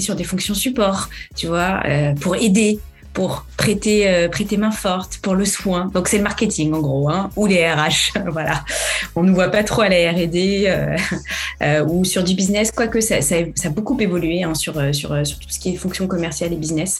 sur des fonctions support, tu vois, pour aider, pour prêter main forte, pour le soin. Donc, c'est le marketing, en gros, ou les RH, voilà. On ne nous voit pas trop à la R&D ou sur du business, quoique ça a beaucoup évolué sur tout ce qui est fonction commerciale et business.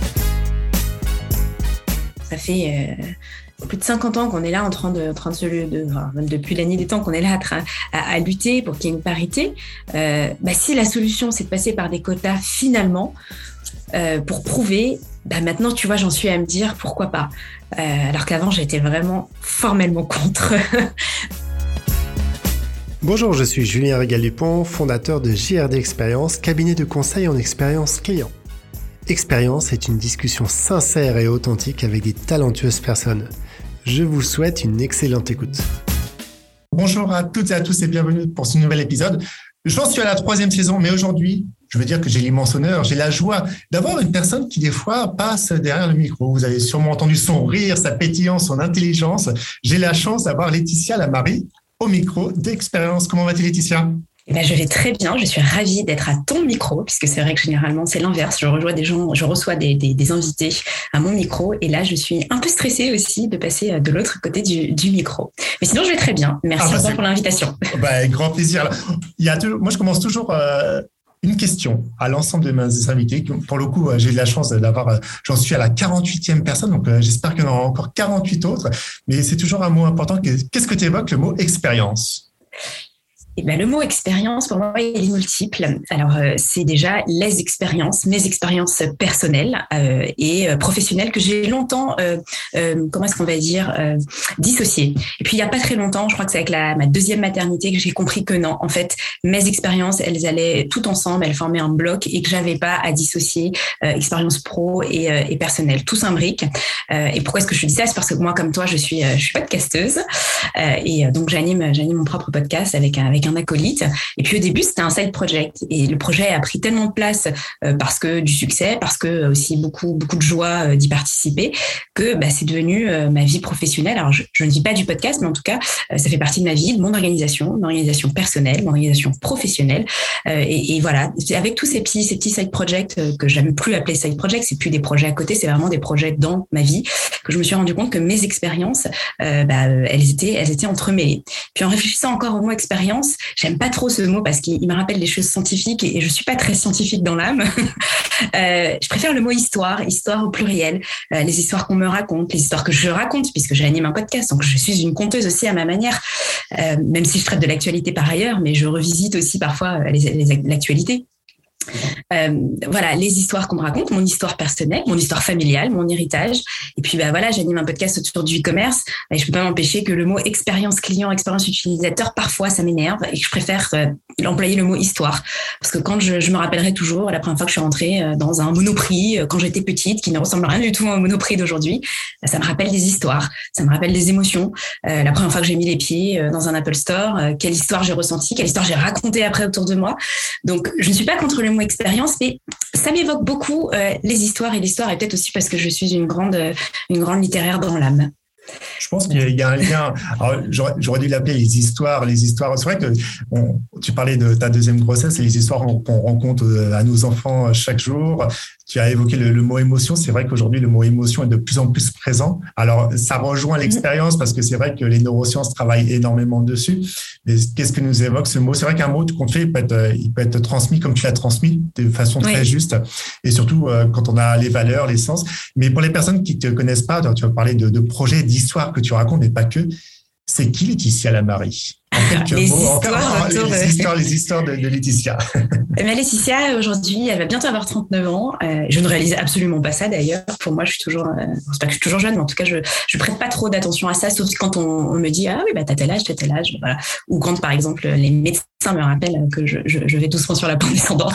Ça fait plus de 50 ans qu'on est là en train de depuis la nuit des temps qu'on est là à lutter pour qu'il y ait une parité. Si la solution c'est de passer par des quotas finalement pour prouver, maintenant tu vois j'en suis à me dire pourquoi pas. Alors qu'avant j'étais vraiment formellement contre. Bonjour, je suis Julien Régal-Dupont, fondateur de JRD Expérience, cabinet de conseil en expérience client. Expérience est une discussion sincère et authentique avec des talentueuses personnes. Je vous souhaite une excellente écoute. Bonjour à toutes et à tous et bienvenue pour ce nouvel épisode. J'en suis à la 3e saison, mais aujourd'hui, je veux dire que j'ai l'immense honneur, j'ai la joie d'avoir une personne qui des fois passe derrière le micro. Vous avez sûrement entendu son rire, sa pétillance, son intelligence. J'ai la chance d'avoir Laetitia Lamary au micro d'Expérience. Comment vas-tu, Laetitia ? Je vais très bien, je suis ravie d'être à ton micro, puisque c'est vrai que généralement c'est l'inverse, je reçois des invités à mon micro, et là je suis un peu stressée aussi de passer de l'autre côté du micro. Mais sinon je vais très bien, merci encore pour l'invitation. Grand plaisir. Moi je commence toujours une question à l'ensemble de mes invités. Pour le coup, j'ai eu de la chance d'avoir, j'en suis à la 48e personne, donc j'espère qu'il y en aura encore 48 autres, mais c'est toujours un mot important. Qu'est-ce que tu évoques le mot expérience ? Le mot expérience, pour moi, il est multiple. Alors, c'est déjà les expériences, mes expériences personnelles et professionnelles que j'ai longtemps, dissociées. Et puis, il n'y a pas très longtemps, je crois que c'est avec ma 2e maternité que j'ai compris que non, en fait, mes expériences, elles allaient toutes ensemble, elles formaient un bloc et que j'avais pas à dissocier expérience pro et personnelle. Tout s'imbrique. Et pourquoi est-ce que je dis ça ? C'est parce que moi, comme toi, je suis podcasteuse et donc j'anime mon propre podcast avec un acolyte. Et puis au début, c'était un side project. Et le projet a pris tellement de place parce que du succès, parce que aussi beaucoup de joie d'y participer, que c'est devenu ma vie professionnelle. Alors je ne dis pas du podcast, mais en tout cas, ça fait partie de ma vie, de mon organisation personnelle, mon organisation professionnelle. Et voilà, avec tous ces petits side projects que j'aime plus appeler side projects, c'est plus des projets à côté, c'est vraiment des projets dans ma vie que je me suis rendu compte que mes expériences, elles étaient entremêlées. Puis en réfléchissant encore au mot expérience, j'aime pas trop ce mot parce qu'il me rappelle des choses scientifiques et je suis pas très scientifique dans l'âme. Je préfère le mot histoire au pluriel. Les histoires qu'on me raconte, les histoires que je raconte puisque j'anime un podcast, donc je suis une conteuse aussi à ma manière, même si je traite de l'actualité par ailleurs, mais je revisite aussi parfois l'actualité. Voilà, les histoires qu'on me raconte, mon histoire personnelle, mon histoire familiale, mon héritage. Et puis j'anime un podcast autour du e-commerce et je peux pas m'empêcher que le mot expérience client, expérience utilisateur, parfois ça m'énerve et que je préfère employer le mot histoire. Parce que quand je me rappellerai toujours la première fois que je suis rentrée dans un Monoprix quand j'étais petite, qui ne ressemble à rien du tout au Monoprix d'aujourd'hui, ça me rappelle des histoires, ça me rappelle des émotions. La première fois que j'ai mis les pieds dans un Apple Store, quelle histoire j'ai ressentie, quelle histoire j'ai racontée après autour de moi. Donc je ne suis pas contre le mot expérience, mais ça m'évoque beaucoup les histoires et l'histoire, et peut-être aussi parce que je suis une grande littéraire dans l'âme. Je pense qu'il y a un lien. Alors, j'aurais dû l'appeler les histoires. C'est vrai que tu parlais de ta 2e grossesse et les histoires qu'on rencontre à nos enfants chaque jour. Tu as évoqué le mot émotion. C'est vrai qu'aujourd'hui, le mot émotion est de plus en plus présent. Alors, ça rejoint l'expérience parce que c'est vrai que les neurosciences travaillent énormément dessus. Mais qu'est-ce que nous évoque ce mot ? C'est vrai qu'un mot qu'on fait, il peut être transmis comme tu l'as transmis de façon très juste. Et surtout, quand on a les valeurs, les sens. Mais pour les personnes qui ne te connaissent pas, tu vas parler de projets, d'histoires que tu racontes, mais pas que. C'est qui Laetitia Lamary ? Les histoires de Laetitia. Laetitia, aujourd'hui, elle va bientôt avoir 39 ans. Je ne réalise absolument pas ça, d'ailleurs. Pour moi, je suis toujours, c'est pas que je suis toujours jeune, mais en tout cas, je prête pas trop d'attention à ça, sauf quand on me dit, ah oui, t'as tel âge, voilà. Ou quand, par exemple, les médecins me rappellent que je vais doucement sur la pente descendante.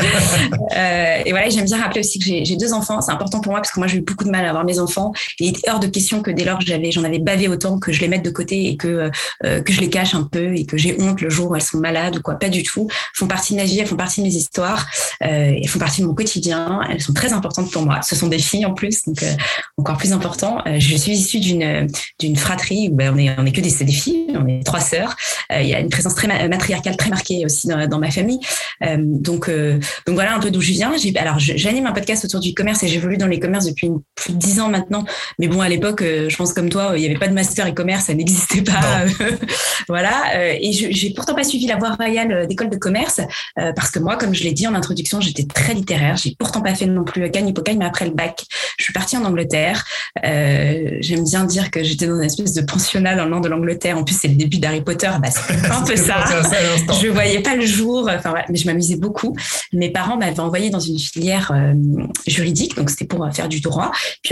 Et voilà, j'aime bien rappeler aussi que j'ai 2 enfants. C'est important pour moi parce que moi, j'ai eu beaucoup de mal à avoir mes enfants. Et il était hors de question que dès lors que j'en avais bavé autant, que je les mette de côté et que je les cache un peu et que j'ai honte le jour où elles sont malades ou quoi. Pas du tout. Elles font partie de ma vie, elles font partie de mes histoires, elles font partie de mon quotidien. Elles sont très importantes pour moi. Ce sont des filles en plus, donc encore plus important. Je suis issue d'une fratrie où on est que des filles. On est 3 sœurs. Il y a une présence très matriarcale patriarcale très marquée aussi dans ma famille. Donc voilà un peu d'où je viens. J'anime un podcast autour du e-commerce et j'évolue dans l'e-commerce depuis plus de 10 ans maintenant. Mais bon, à l'époque, je pense comme toi, il n'y avait pas de master e-commerce, ça n'existait pas. Voilà. Et j'ai pourtant pas suivi la voie royale d'école de commerce parce que moi, comme je l'ai dit en introduction, j'étais très littéraire. J'ai pourtant pas fait non plus Gagn-Hippocagne, mais après le bac, je suis partie en Angleterre. J'aime bien dire que j'étais dans une espèce de pensionnat dans le nord de l'Angleterre. En plus, c'est le début d'Harry Potter. C'est un peu ça. Je voyais pas le jour. Enfin, voilà, mais je m'amusais beaucoup. Mes parents m'avaient envoyé dans une filière juridique, donc c'était pour faire du droit. Puis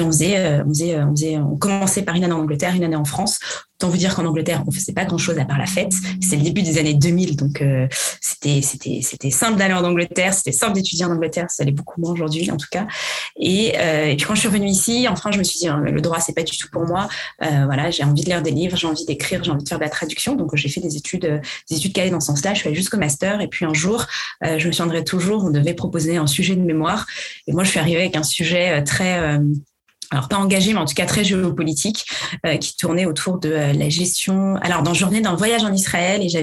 on commençait par une année en Angleterre, une année en France. Autant vous dire qu'en Angleterre, on faisait pas grand-chose à part la fête. C'était le début des années 2000, donc c'était simple d'aller en Angleterre, c'était simple d'étudier en Angleterre, ça l'est beaucoup moins aujourd'hui en tout cas. Et puis quand je suis revenue ici, en France, je me suis dit le droit c'est pas du tout pour moi. Voilà, j'ai envie de lire des livres, j'ai envie d'écrire, j'ai envie de faire de la traduction, donc j'ai fait des études qui allaient dans ce sens-là. Je suis allée jusqu'au master et puis un jour, je me souviendrai toujours, on devait proposer un sujet de mémoire et moi je suis arrivée avec un sujet très alors pas engagé, mais en tout cas très géopolitique, qui tournait autour de la gestion. Alors dans journée d'un voyage en Israël, et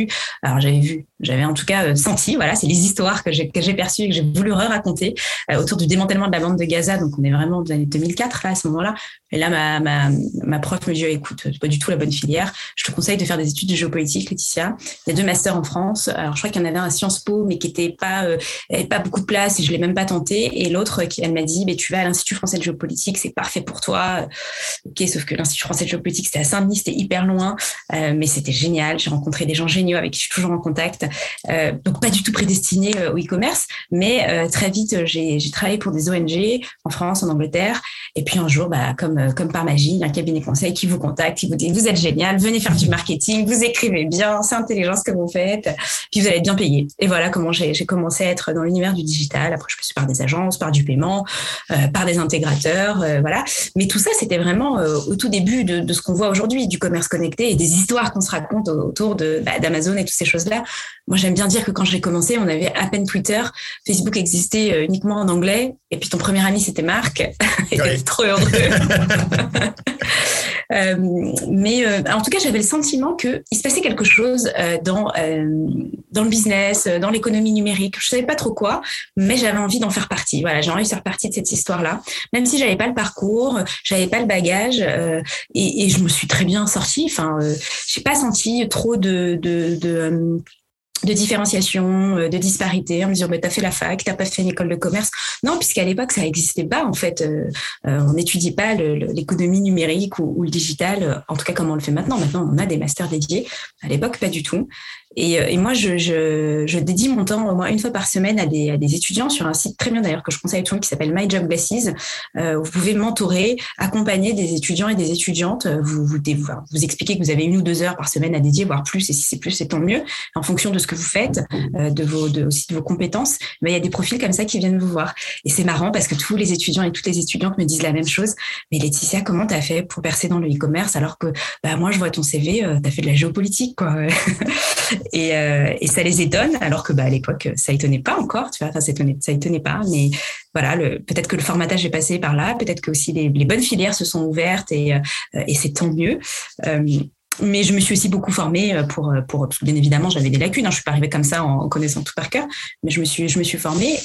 j'avais en tout cas senti, voilà, c'est les histoires que j'ai perçues et que j'ai voulu raconter autour du démantèlement de la bande de Gaza. Donc on est vraiment dans l'année 2004 là à ce moment-là. Et là ma prof me dit écoute, c'est pas du tout la bonne filière. Je te conseille de faire des études de géopolitique, Laetitia. Il y a 2 masters en France. Alors je crois qu'il y en avait un à Sciences Po, mais qui était avait pas beaucoup de place et je l'ai même pas tenté. Et l'autre, elle m'a dit tu vas à l'Institut français de géopolitique, c'est parfait pour toi. Ok, sauf que l'Institut français de géopolitique, c'était à Saint-Denis, c'était hyper loin, mais c'était génial. J'ai rencontré des gens géniaux avec qui je suis toujours en contact. Donc pas du tout prédestiné au e-commerce, mais très vite, j'ai travaillé pour des ONG en France, en Angleterre. Et puis un jour, comme par magie, il y a un cabinet conseil qui vous contacte, qui vous dit vous êtes génial, venez faire du marketing, vous écrivez bien, c'est intelligent ce que vous faites, puis vous allez être bien payé. Et voilà comment j'ai commencé à être dans l'univers du digital. Après, je suis par des agences, par du paiement, par des intégrateurs. Voilà. Mais tout ça, c'était vraiment au tout début de ce qu'on voit aujourd'hui, du commerce connecté et des histoires qu'on se raconte autour d'Amazon et toutes ces choses-là. Moi, j'aime bien dire que quand j'ai commencé, on avait à peine Twitter. Facebook existait uniquement en anglais. Et puis ton premier ami, c'était Marc. Il était trop heureux. Mais en tout cas, j'avais le sentiment qu'il se passait quelque chose dans le business, dans l'économie numérique. Je savais pas trop quoi, mais j'avais envie d'en faire partie. Voilà, j'ai envie de faire partie de cette histoire-là, même si j'avais pas le parcours, j'avais pas le bagage, et je me suis très bien sortie. Enfin, j'ai pas senti trop de différenciation, de disparité, en me disant t'as fait la fac, t'as pas fait une école de commerce. Non, puisqu'à l'époque ça n'existait pas en fait. On n'étudie pas l'économie numérique ou le digital, en tout cas comme on le fait maintenant. Maintenant on a des masters dédiés. À l'époque pas du tout. Et moi, je dédie mon temps au moins une fois par semaine à des étudiants sur un site très bien d'ailleurs que je conseille à tout le monde qui s'appelle My Job Glasses. Vous pouvez mentorer, accompagner des étudiants et des étudiantes. Vous expliquez que vous avez 1 ou 2 heures par semaine à dédier, voire plus. Et si c'est plus, c'est tant mieux. En fonction de ce que vous faites, aussi de vos compétences, mais il y a des profils comme ça qui viennent vous voir. Et c'est marrant parce que tous les étudiants et toutes les étudiantes me disent la même chose. Mais Laetitia, comment t'as fait pour percer dans le e-commerce alors que moi, je vois ton CV, t'as fait de la géopolitique, quoi. Et ça les étonne, alors que à l'époque, ça étonnait pas encore, tu vois. Enfin, ça étonnait pas, mais voilà, peut-être que le formatage est passé par là, peut-être que aussi les bonnes filières se sont ouvertes et c'est tant mieux. Mais je me suis aussi beaucoup formée pour bien évidemment, j'avais des lacunes. Je suis pas arrivée comme ça en connaissant tout par cœur, mais je me suis formée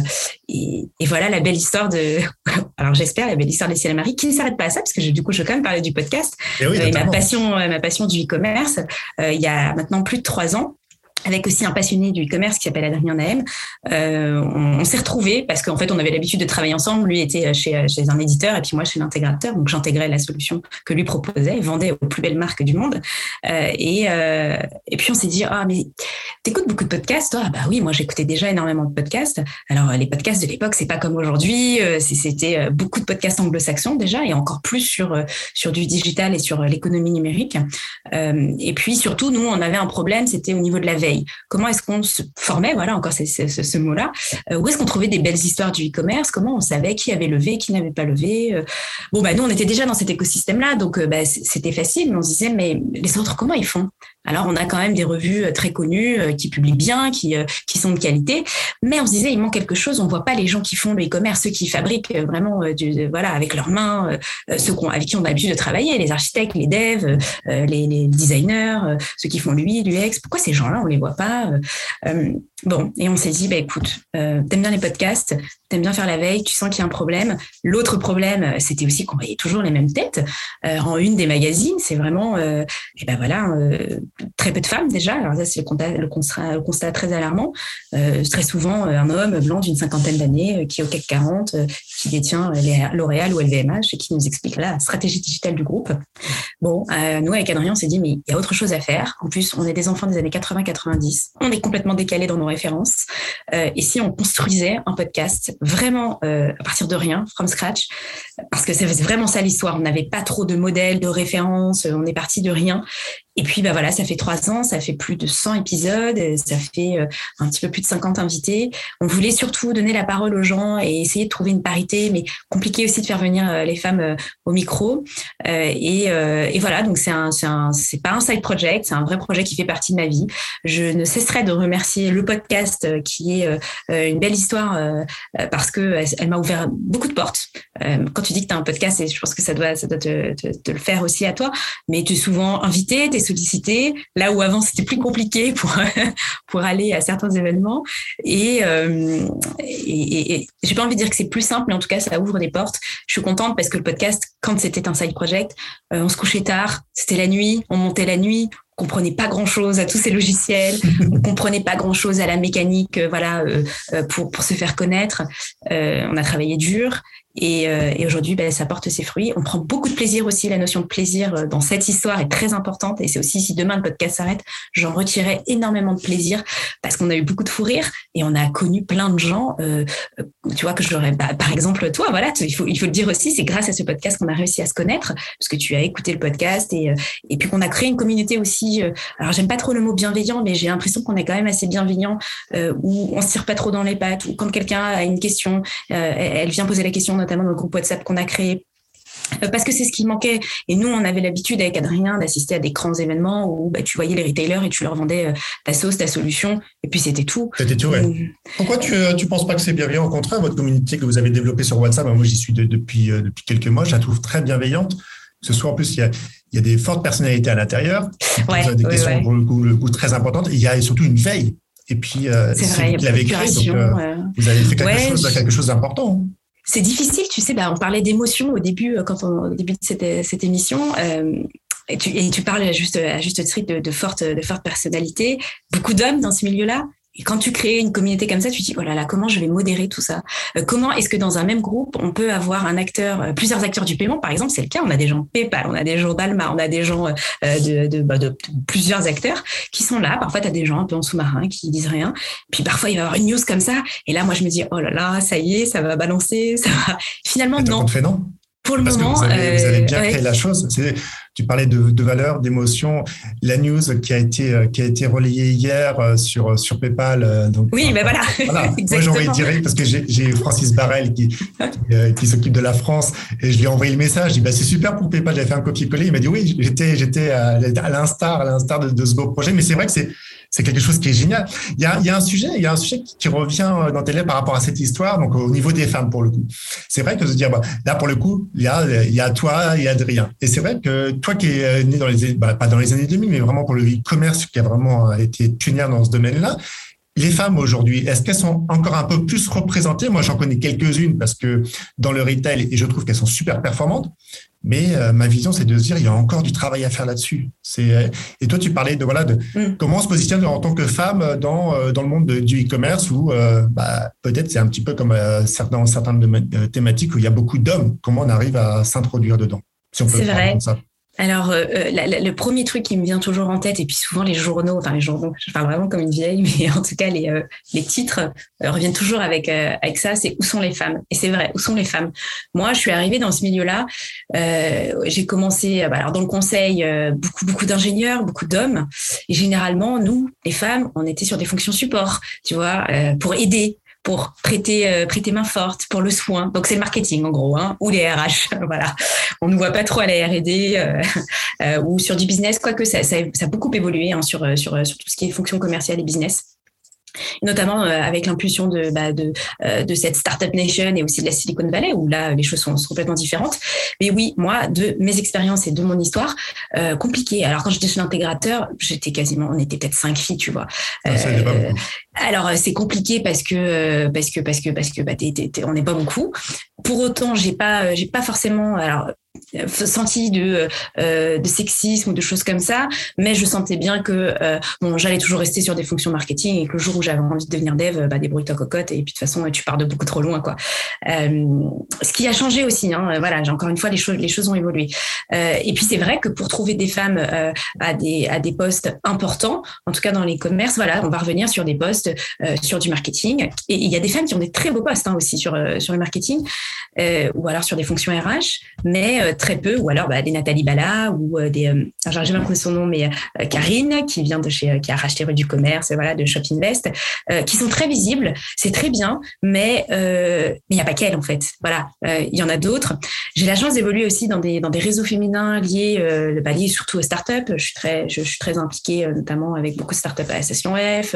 et voilà la belle histoire de. Alors j'espère la belle histoire de Laetitia Lamary qui ne s'arrête pas à ça parce que je vais quand même parler du podcast et ma passion du e-commerce. Il y a maintenant plus de 3 ans. Avec aussi un passionné du e-commerce qui s'appelle Adrien Nahem. On s'est retrouvés parce qu'en fait, on avait l'habitude de travailler ensemble. Lui était chez un éditeur et puis moi chez l'intégrateur. Donc, j'intégrais la solution que lui proposait, vendait aux plus belles marques du monde. Et puis, on s'est dit, mais t'écoutes beaucoup de podcasts, toi? Bah oui, moi, j'écoutais déjà énormément de podcasts. Alors, les podcasts de l'époque, c'est pas comme aujourd'hui. C'était beaucoup de podcasts anglo-saxons déjà et encore plus sur du digital et sur l'économie numérique. Et puis, surtout, nous, on avait un problème, c'était au niveau de la veille. Comment est-ce qu'on se formait, voilà, encore ce mot-là, où est-ce qu'on trouvait des belles histoires du e-commerce, comment on savait qui avait levé, qui n'avait pas levé. Nous, on était déjà dans cet écosystème-là, donc c'était facile, mais on se disait, mais les autres, comment ils font? Alors, on a quand même des revues très connues qui publient bien, qui sont de qualité. Mais on se disait, il manque quelque chose. On voit pas les gens qui font le e-commerce, ceux qui fabriquent vraiment avec leurs mains, ceux avec qui on a l'habitude de travailler, les architectes, les devs, les designers, ceux qui font l'UI, l'UX. Pourquoi ces gens-là, on les voit pas? Bon, et on s'est dit, écoute, t'aimes bien les podcasts, t'aimes bien faire la veille, tu sens qu'il y a un problème. L'autre problème, c'était aussi qu'on voyait toujours les mêmes têtes en une des magazines. C'est vraiment, très peu de femmes déjà. Alors ça, c'est le constat très alarmant. Très souvent, un homme blanc d'une 50aine d'années qui est au CAC 40, qui détient L'Oréal ou LVMH et qui nous explique la stratégie digitale du groupe. Bon, nous, avec Adrien, on s'est dit, mais il y a autre chose à faire. En plus, on est des enfants des années 80-90. On est complètement décalés dans nos références. Et si on construisait un podcast vraiment à partir de rien, from scratch, parce que c'est vraiment ça l'histoire. On n'avait pas trop de modèles, de références. On est parti de rien. Et puis, ça fait 3 ans, ça fait plus de 100 épisodes, ça fait un petit peu plus de 50 invités. On voulait surtout donner la parole aux gens et essayer de trouver une parité, mais compliqué aussi de faire venir les femmes au micro. Et voilà, donc c'est pas un side project, c'est un vrai projet qui fait partie de ma vie. Je ne cesserai de remercier le podcast qui est une belle histoire parce que elle m'a ouvert beaucoup de portes. Quand tu dis que tu as un podcast, et je pense que ça doit te le faire aussi à toi, mais tu es souvent invité, tu es sollicité, là où avant c'était plus compliqué pour aller à certains événements. Et j'ai pas envie de dire que c'est plus simple, mais en tout cas ça ouvre des portes. Je suis contente parce que le podcast, quand c'était un side project, on se couchait tard, c'était la nuit, on montait la nuit, on comprenait pas grand-chose à tous ces logiciels, on comprenait pas grand-chose à la mécanique, pour se faire connaître. On a travaillé dur. Et aujourd'hui, ça porte ses fruits. On prend beaucoup de plaisir aussi. La notion de plaisir dans cette histoire est très importante. Et c'est aussi, si demain le podcast s'arrête, j'en retirerai énormément de plaisir parce qu'on a eu beaucoup de fou rire et on a connu plein de gens, tu vois, que j'aurais, par exemple, toi, voilà, il faut le dire aussi, c'est grâce à ce podcast qu'on a réussi à se connaître parce que tu as écouté le podcast et puis qu'on a créé une communauté aussi. Alors, j'aime pas trop le mot bienveillant, mais j'ai l'impression qu'on est quand même assez bienveillant, où on se tire pas trop dans les pattes, où quand quelqu'un a une question, elle vient poser la question, notamment dans le groupe WhatsApp qu'on a créé, parce que c'est ce qui manquait. Et nous, on avait l'habitude avec Adrien d'assister à des grands événements où tu voyais les retailers et tu leur vendais ta sauce, ta solution, et puis c'était tout. C'était tout, ouais. Pourquoi tu penses pas que c'est bienveillant? Au contraire, votre communauté que vous avez développée sur WhatsApp, moi j'y suis depuis quelques mois, je la trouve très bienveillante. Ce soir, en plus, il y a des fortes personnalités à l'intérieur, des questions pour le coup très importantes. Et il y a surtout une veille. Et puis, c'est vrai, vous l'avez créé, donc vous avez fait quelque chose d'important. C'est difficile, tu sais, on parlait d'émotion au début, au début de cette émission. Et tu parles à juste titre de fortes personnalités, beaucoup d'hommes dans ce milieu-là. Et quand tu crées une communauté comme ça, tu te dis, oh là là, comment je vais modérer tout ça? Comment est-ce que dans un même groupe, on peut avoir plusieurs acteurs du paiement? Par exemple, c'est le cas. On a des gens de PayPal, on a des gens d'Alma, on a des gens de plusieurs acteurs qui sont là. Parfois, tu as des gens un peu en sous-marin qui disent rien. Puis parfois, il va y avoir une news comme ça. Et là, moi, je me dis, oh là là, ça y est, ça va balancer. Ça va. Finalement, non. Non. Pour le Parce moment, que vous avez bien créé la chose. Tu parlais de valeur, d'émotion. La news qui a été relayée hier sur PayPal. Donc, oui, mais voilà. Moi, j'ai envoyé direct parce que j'ai Francis Barrel qui s'occupe de la France et je lui ai envoyé le message. Je dis, c'est super pour PayPal. J'avais fait un copier-coller. Il m'a dit, oui, j'étais à l'instar de ce beau projet. Mais c'est vrai que c'est quelque chose qui est génial. Il y a un sujet qui revient dans tes lèvres par rapport à cette histoire, donc au niveau des femmes pour le coup. C'est vrai que de se dire, là pour le coup, il y a toi et Adrien. Et c'est vrai que toi qui es né pas dans les années 2000, mais vraiment pour le e-commerce qui a vraiment été pionnière dans ce domaine-là, les femmes aujourd'hui, est-ce qu'elles sont encore un peu plus représentées? Moi, j'en connais quelques-unes parce que dans le retail, et je trouve qu'elles sont super performantes. Mais ma vision, c'est de se dire, il y a encore du travail à faire là-dessus. Et toi, tu parlais de comment on se positionne en tant que femme dans le monde du e-commerce où peut-être c'est un petit peu comme certaines thématiques où il y a beaucoup d'hommes. Comment on arrive à s'introduire dedans, si on peut le faire comme ça? Alors, le premier truc qui me vient toujours en tête, et puis souvent les journaux, je parle vraiment comme une vieille, mais en tout cas les titres reviennent toujours avec ça, c'est où sont les femmes? Et c'est vrai, où sont les femmes? Moi, je suis arrivée dans ce milieu-là, j'ai commencé alors dans le conseil, beaucoup d'ingénieurs, beaucoup d'hommes, et généralement, nous, les femmes, on était sur des fonctions support, tu vois, pour aider, pour prêter main forte, pour le soin. Donc c'est le marketing en gros, hein, ou les RH. Voilà, on ne voit pas trop à la R&D ou sur du business, quoique ça a beaucoup évolué hein, sur tout ce qui est fonction commerciale et business. Notamment avec l'impulsion de cette Startup Nation et aussi de la Silicon Valley, où là, les choses sont complètement différentes. Mais oui, moi, de mes expériences et de mon histoire, compliqué. Alors, quand j'étais chez l'intégrateur, on était peut-être 5 filles, tu vois. Ça n'est pas beaucoup. Alors, c'est compliqué parce que on n'est pas beaucoup. Pour autant, j'ai pas forcément, senti de sexisme ou de choses comme ça, mais je sentais bien que j'allais toujours rester sur des fonctions marketing et que le jour où j'avais envie de devenir dev, débrouille-toi cocotte, et puis de toute façon tu pars de beaucoup trop loin, quoi. Ce qui a changé aussi, hein, voilà, encore une fois, les choses ont évolué. Et puis c'est vrai que pour trouver des femmes à des postes importants, en tout cas dans les commerces, voilà, on va revenir sur des postes sur du marketing, et il y a des femmes qui ont des très beaux postes hein, aussi sur le marketing, ou alors sur des fonctions RH, mais très peu, ou alors des Nathalie Bala ou j'arrive jamais à prononcer son nom, mais Karine qui vient qui a racheté Rue du Commerce, voilà, de Shop Invest, qui sont très visibles, c'est très bien, mais il n'y a pas qu'elles en fait. Voilà, il y en a d'autres. J'ai la chance d'évoluer aussi dans des réseaux féminins liés surtout aux startups. Je suis très impliquée notamment avec beaucoup de startups à la Station F,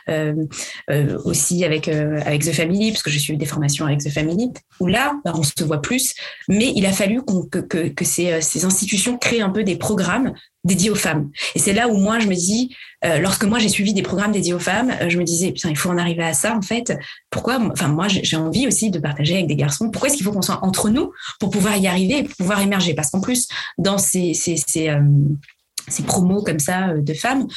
aussi avec The Family, parce que j'ai suivi des formations avec The Family, où là on se voit plus, mais il a fallu que ces institutions créent un peu des programmes dédiés aux femmes. Et c'est là où moi, je me dis, lorsque moi, j'ai suivi des programmes dédiés aux femmes, je me disais, putain, il faut en arriver à ça, en fait. Pourquoi? Enfin, moi, j'ai envie aussi de partager avec des garçons. Pourquoi est-ce qu'il faut qu'on soit entre nous pour pouvoir y arriver et pour pouvoir émerger? Parce qu'en plus, dans ces promos comme ça de femmes,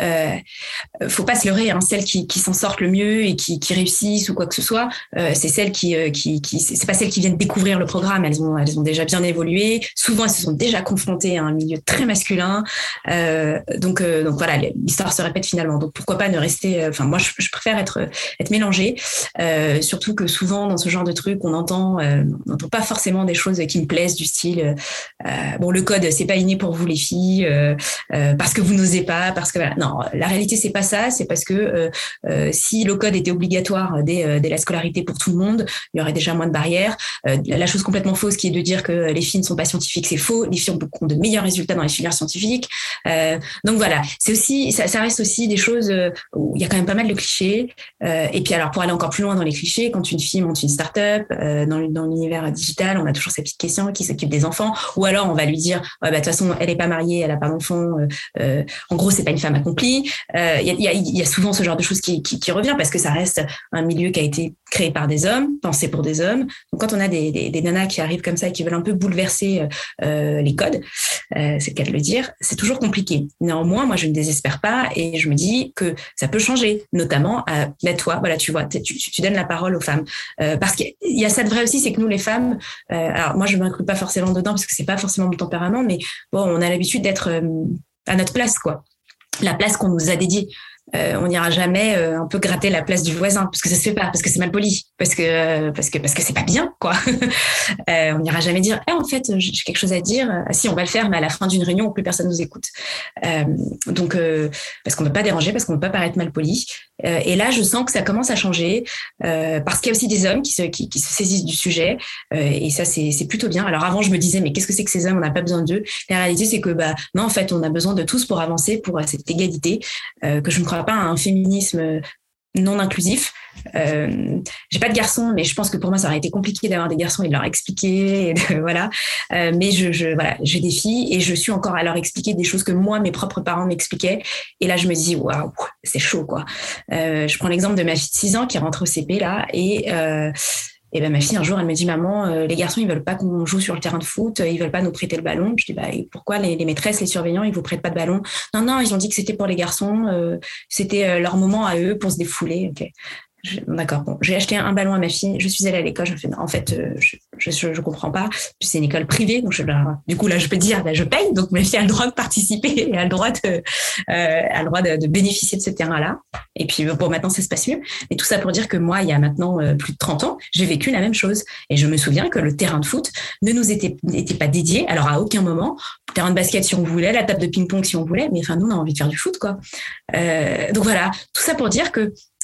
faut pas se leurrer, hein, celles qui s'en sortent le mieux et qui réussissent ou quoi que ce soit, c'est celles c'est pas celles qui viennent découvrir le programme, elles ont déjà bien évolué, souvent elles se sont déjà confrontées à un milieu très masculin, donc voilà, l'histoire se répète finalement. Donc pourquoi pas ne rester, moi je préfère être mélangée, surtout que souvent dans ce genre de truc on n'entend pas forcément des choses qui me plaisent, du style le code c'est pas inné pour vous les filles, parce que vous n'osez pas, parce que voilà. Non, la réalité c'est pas ça, c'est parce que si le code était obligatoire dès la scolarité pour tout le monde, il y aurait déjà moins de barrières. La chose complètement fausse qui est de dire que les filles ne sont pas scientifiques, c'est faux. Les filles ont de meilleurs résultats dans les filières scientifiques. Donc voilà, c'est aussi ça reste aussi des choses où il y a quand même pas mal de clichés. Et puis alors pour aller encore plus loin dans les clichés, quand une fille monte une start-up dans l'univers digital, on a toujours cette petite question qui s'occupe des enfants, ou alors on va lui dire de toute façon elle est pas mariée, elle a pas d'enfant. En gros, c'est pas une femme accomplie. Il y a souvent ce genre de choses qui revient parce que ça reste un milieu qui a été créé par des hommes, pensé pour des hommes. Donc, quand on a des nanas qui arrivent comme ça et qui veulent un peu bouleverser les codes, c'est le cas de le dire, c'est toujours compliqué. Néanmoins, moi, je ne désespère pas et je me dis que ça peut changer, notamment toi, voilà, tu vois, tu donnes la parole aux femmes. Parce qu'il y a ça de vrai aussi, c'est que nous, les femmes, alors moi, je ne m'inclus pas forcément dedans parce que c'est pas forcément mon tempérament, mais bon, on a l'habitude d'être à notre place, quoi. La place qu'on nous a dédiée. On n'ira jamais un peu gratter la place du voisin parce que ça se fait pas, parce que c'est mal poli, parce que c'est pas bien, quoi. On n'ira jamais dire en fait j'ai quelque chose à dire. Si, on va le faire, mais à la fin d'une réunion où plus personne nous écoute. Donc parce qu'on ne veut pas déranger, parce qu'on ne veut pas paraître mal poli. Et là, je sens que ça commence à changer parce qu'il y a aussi des hommes qui se saisissent du sujet et ça c'est plutôt bien. Alors avant, je me disais mais qu'est-ce que c'est que ces hommes? On n'a pas besoin d'eux. La réalité, c'est que non, en fait, on a besoin de tous pour avancer, pour cette égalité que je ne crois pas à un féminisme non inclusif. J'ai pas de garçons, mais je pense que pour moi ça aurait été compliqué d'avoir des garçons et de leur expliquer, voilà. Mais voilà, j'ai des filles et je suis encore à leur expliquer des choses que moi mes propres parents m'expliquaient. Et là je me dis waouh, c'est chaud, quoi. Je prends l'exemple de ma fille de 6 ans qui rentre au CP là et ma fille un jour elle me dit maman, les garçons ils veulent pas qu'on joue sur le terrain de foot, ils veulent pas nous prêter le ballon. Je dis et pourquoi les maîtresses, les surveillants ils vous prêtent pas de ballon? Non, ils ont dit que c'était pour les garçons, c'était leur moment à eux pour se défouler. Ok. D'accord. Bon, j'ai acheté un ballon à ma fille. Je suis allée à l'école. Je me fais non, en fait, je comprends pas. Puis c'est une école privée, donc du coup là, je peux dire, je paye. Donc ma fille a le droit de participer et a le droit de bénéficier de ce terrain-là. Et puis bon, maintenant ça se passe mieux. Et tout ça pour dire que moi, il y a maintenant plus de 30 ans, j'ai vécu la même chose. Et je me souviens que le terrain de foot ne nous était pas dédié. Alors à aucun moment, le terrain de basket si on voulait, la table de ping-pong si on voulait, mais enfin nous on a envie de faire du foot, quoi. Donc voilà, tout ça pour dire que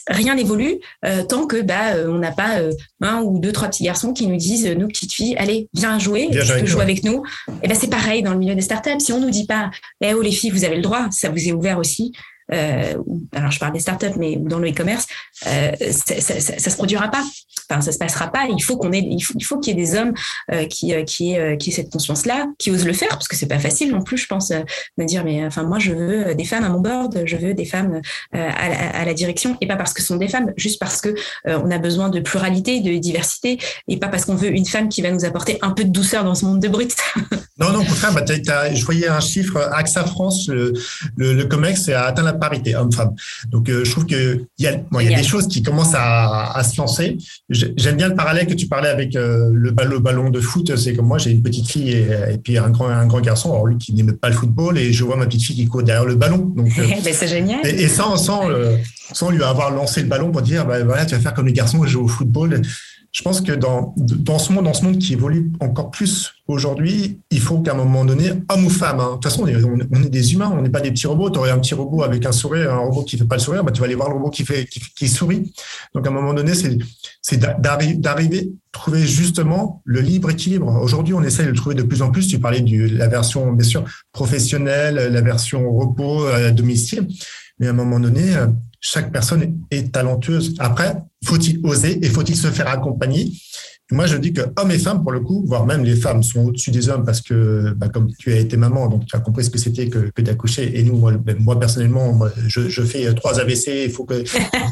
rien n'évolue tant que on n'a pas un ou deux, trois petits garçons qui nous disent, nous petites filles, allez, viens jouer, tu peux jouer avec nous. Et c'est pareil dans le milieu des startups. Si on nous dit pas, oh les filles, vous avez le droit, ça vous est ouvert aussi. Alors je parle des startups, mais dans le e-commerce, ça se produira pas. Enfin, ça se passera pas. Il faut qu'il y ait des hommes qui aient cette conscience-là, qui osent le faire, parce que c'est pas facile non plus, je pense, de dire mais enfin moi je veux des femmes à mon board, je veux des femmes à la direction, et pas parce que ce sont des femmes, juste parce que on a besoin de pluralité, de diversité, et pas parce qu'on veut une femme qui va nous apporter un peu de douceur dans ce monde de brut. Non, au contraire, je voyais un chiffre, AXA France, le COMEX a atteint la parité homme-femme. Donc, je trouve qu'il y a des choses qui commencent à se lancer. J'aime bien le parallèle que tu parlais avec le ballon de foot. C'est comme moi, j'ai une petite fille et puis un grand garçon, alors lui qui n'aime pas le football, et je vois ma petite fille qui court derrière le ballon. Donc, c'est génial. Et sans lui avoir lancé le ballon pour dire, voilà, tu vas faire comme les garçons, jouer au football. Je pense que dans ce monde qui évolue encore plus aujourd'hui, il faut qu'à un moment donné, homme ou femme, de toute façon, on est des humains, on n'est pas des petits robots. Tu aurais un petit robot avec un sourire, un robot qui ne fait pas le sourire, tu vas aller voir le robot qui sourit. Donc, à un moment donné, c'est d'arriver, trouver justement le libre équilibre. Aujourd'hui, on essaie de le trouver de plus en plus. Tu parlais de la version, bien sûr, professionnelle, la version repos à domicile. Mais à un moment donné, chaque personne est talentueuse. Après, faut-il oser et faut-il se faire accompagner? Moi, je dis que hommes et femmes, pour le coup, voire même les femmes sont au-dessus des hommes parce que, comme tu as été maman, donc tu as compris ce que c'était que d'accoucher. Et nous, moi personnellement, je fais 3 AVC. Il faut que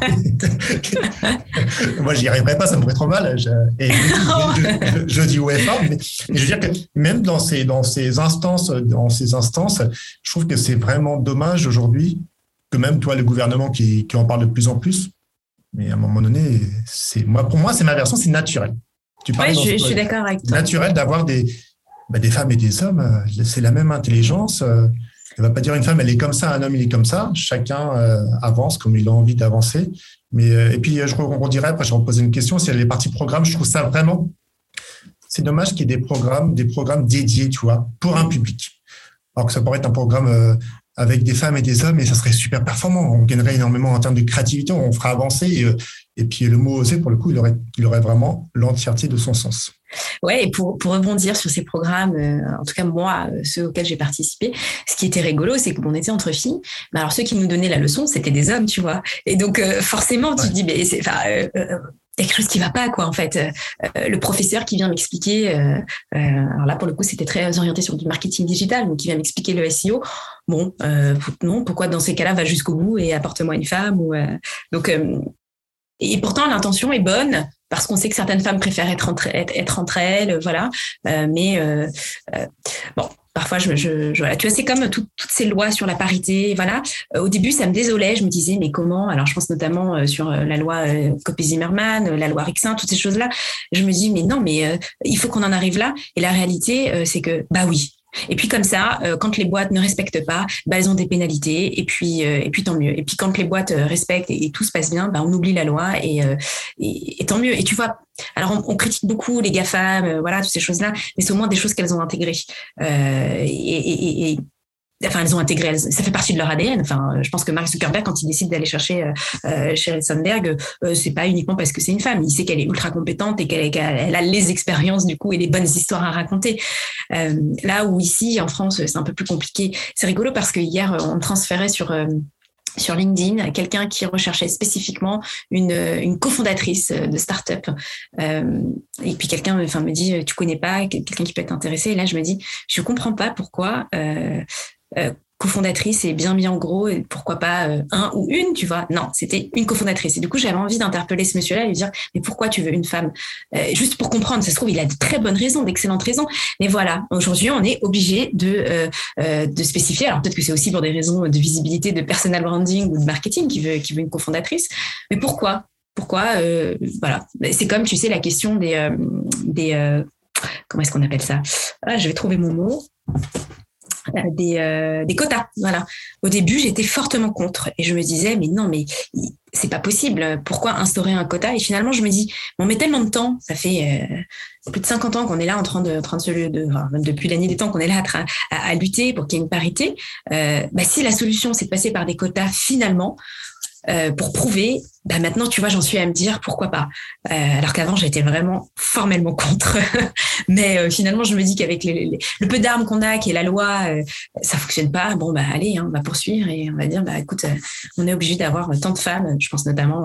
moi, j'y arriverai pas, ça me ferait trop mal. Je dis ouais femme, mais je veux dire que même dans ces instances, je trouve que c'est vraiment dommage aujourd'hui que même toi, le gouvernement qui en parle de plus en plus. Mais à un moment donné, pour moi, c'est ma version, c'est naturel. Je suis d'accord avec toi. Naturel d'avoir des femmes et des hommes, c'est la même intelligence. Elle ne va pas dire une femme, elle est comme ça, un homme, il est comme ça. Chacun avance comme il a envie d'avancer. Et puis, je redirais, après, je vais reposer une question, si les parties programmes, je trouve ça vraiment... C'est dommage qu'il y ait des programmes dédiés, tu vois, pour un public. Alors que ça pourrait être un programme... avec des femmes et des hommes, et ça serait super performant. On gagnerait énormément en termes de créativité, on fera avancer. Et puis le mot oser, pour le coup, il aurait vraiment l'entièreté de son sens. Ouais, et pour rebondir sur ces programmes, en tout cas moi, ceux auxquels j'ai participé, ce qui était rigolo, c'est qu'on était entre filles. Mais alors ceux qui nous donnaient la leçon, c'était des hommes, tu vois. Et donc forcément, tu te dis, mais il y a quelque chose qui va pas, quoi, en fait. Le professeur qui vient m'expliquer, alors là, pour le coup, c'était très orienté sur du marketing digital, donc qui vient m'expliquer le SEO. Bon, non, pourquoi dans ces cas-là, va jusqu'au bout et apporte-moi une femme et pourtant, l'intention est bonne, parce qu'on sait que certaines femmes préfèrent être entre elles, voilà. Bon, parfois, voilà. Tu vois, c'est comme toutes ces lois sur la parité, voilà. Au début, ça me désolait. Je me disais, mais comment? Alors, je pense notamment sur la loi Copé-Zimmermann, la loi Rixin, toutes ces choses-là. Je me dis, mais non, mais il faut qu'on en arrive là. Et la réalité, c'est que, oui. Et puis comme ça, quand les boîtes ne respectent pas, elles ont des pénalités. Et puis tant mieux. Et puis quand les boîtes respectent et tout se passe bien, on oublie la loi et tant mieux. Et tu vois, alors on critique beaucoup les GAFAM, voilà, toutes ces choses-là, mais c'est au moins des choses qu'elles ont intégrées. Elles ont intégré, ça fait partie de leur ADN. Enfin, je pense que Mark Zuckerberg, quand il décide d'aller chercher Sheryl Sandberg, c'est pas uniquement parce que c'est une femme. Il sait qu'elle est ultra compétente et qu'elle a les expériences du coup et les bonnes histoires à raconter. Là où ici, en France, c'est un peu plus compliqué. C'est rigolo parce que hier, on transférait sur LinkedIn quelqu'un qui recherchait spécifiquement une cofondatrice de start-up. Et puis quelqu'un me dit, tu connais pas quelqu'un qui peut être intéressé? Et là, je me dis, je comprends pas pourquoi cofondatrice est bien mis en gros, et pourquoi pas un ou une, tu vois? Non, c'était une cofondatrice. Et du coup, j'avais envie d'interpeller ce monsieur-là et lui dire, mais pourquoi tu veux une femme? Juste pour comprendre, ça se trouve, il a de très bonnes raisons, d'excellentes raisons. Mais voilà, aujourd'hui, on est obligé de spécifier. Alors peut-être que c'est aussi pour des raisons de visibilité, de personal branding ou de marketing qui veut une cofondatrice. Mais pourquoi? Voilà. C'est comme, tu sais, la question des comment est-ce qu'on appelle ça? Je vais trouver mon mot. Des quotas, voilà. Au début, j'étais fortement contre et je me disais, mais non, mais c'est pas possible. Pourquoi instaurer un quota? Et finalement, je me dis, on met tellement de temps. Ça fait plus de 50 ans qu'on est là en train de depuis la nuit des temps qu'on est là à lutter pour qu'il y ait une parité. Si la solution, c'est de passer par des quotas finalement, pour prouver maintenant, tu vois, j'en suis à me dire pourquoi pas. Alors qu'avant, j'étais vraiment formellement contre. Mais finalement, je me dis qu'avec le peu d'armes qu'on a, qui est la loi, ça fonctionne pas. Bon, allez, on va poursuivre et on va dire, écoute, on est obligé d'avoir tant de femmes. Je pense notamment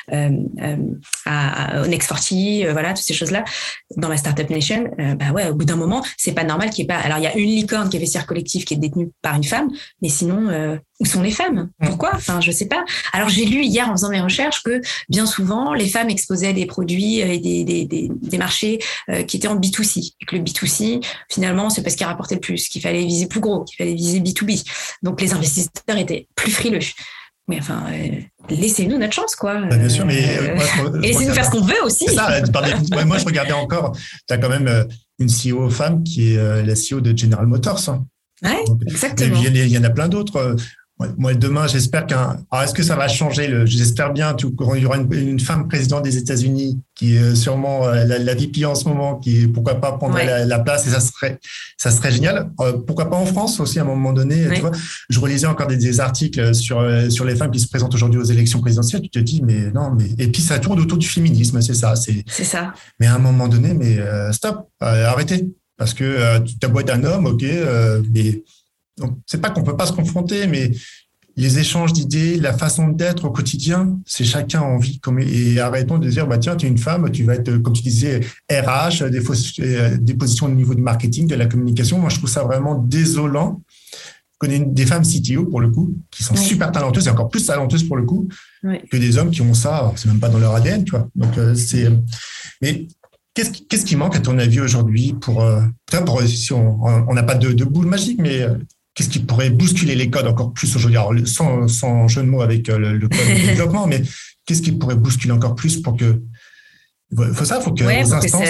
au Next 40, voilà, toutes ces choses-là, dans la Startup Nation. Au bout d'un moment, c'est pas normal qu'il y ait pas. Alors, il y a une licorne qui est vestiaire collectif qui est détenue par une femme, mais sinon, où sont les femmes? Pourquoi? Enfin, je sais pas. Alors, j'ai lu hier en faisant mes recherches que bien souvent, les femmes exposaient des produits et des marchés qui étaient en B2C. Et que le B2C, finalement, c'est pas ce qui rapportait le plus, qu'il fallait viser plus gros, qu'il fallait viser B2B. Donc, les investisseurs étaient plus frileux. Mais enfin, laissez-nous notre chance, quoi. Bien sûr, mais et laissez-nous faire ce qu'on veut aussi. C'est ça. Moi, je regardais encore. Tu as quand même une CEO femme qui est la CEO de General Motors. Ouais, donc, exactement. Il y en a plein d'autres. Moi, demain, j'espère Alors, est-ce que ça va changer j'espère bien quand il y aura une femme présidente des États-Unis qui est sûrement la VP en ce moment, qui pourquoi pas prendrait la place, et ça serait génial. Pourquoi pas en France aussi à un moment donné. Tu vois, je relisais encore des articles sur les femmes qui se présentent aujourd'hui aux élections présidentielles. Tu te dis et puis ça tourne autour du féminisme, c'est ça. C'est ça. Mais à un moment donné, stop, arrêtez, parce que tu as beau être un homme, ok, mais donc, c'est pas qu'on peut pas se confronter, mais les échanges d'idées, la façon d'être au quotidien, c'est chacun a envie. Et arrêtons de dire, tiens, tu es une femme, tu vas être, comme tu disais, RH, des positions au niveau du marketing, de la communication. Moi, je trouve ça vraiment désolant. Je connais des femmes CTO, pour le coup, qui sont super talentueuses, et encore plus talentueuses, pour le coup, que des hommes qui ont ça. Alors, c'est même pas dans leur ADN, tu vois. Donc, mais qu'est-ce qui manque, à ton avis, aujourd'hui si on n'a pas de boule magique, mais qu'est-ce qui pourrait bousculer les codes encore plus aujourd'hui? Alors, sans jeu de mots avec le code de développement, mais qu'est-ce qui pourrait bousculer encore plus pour que... faut que aux instances...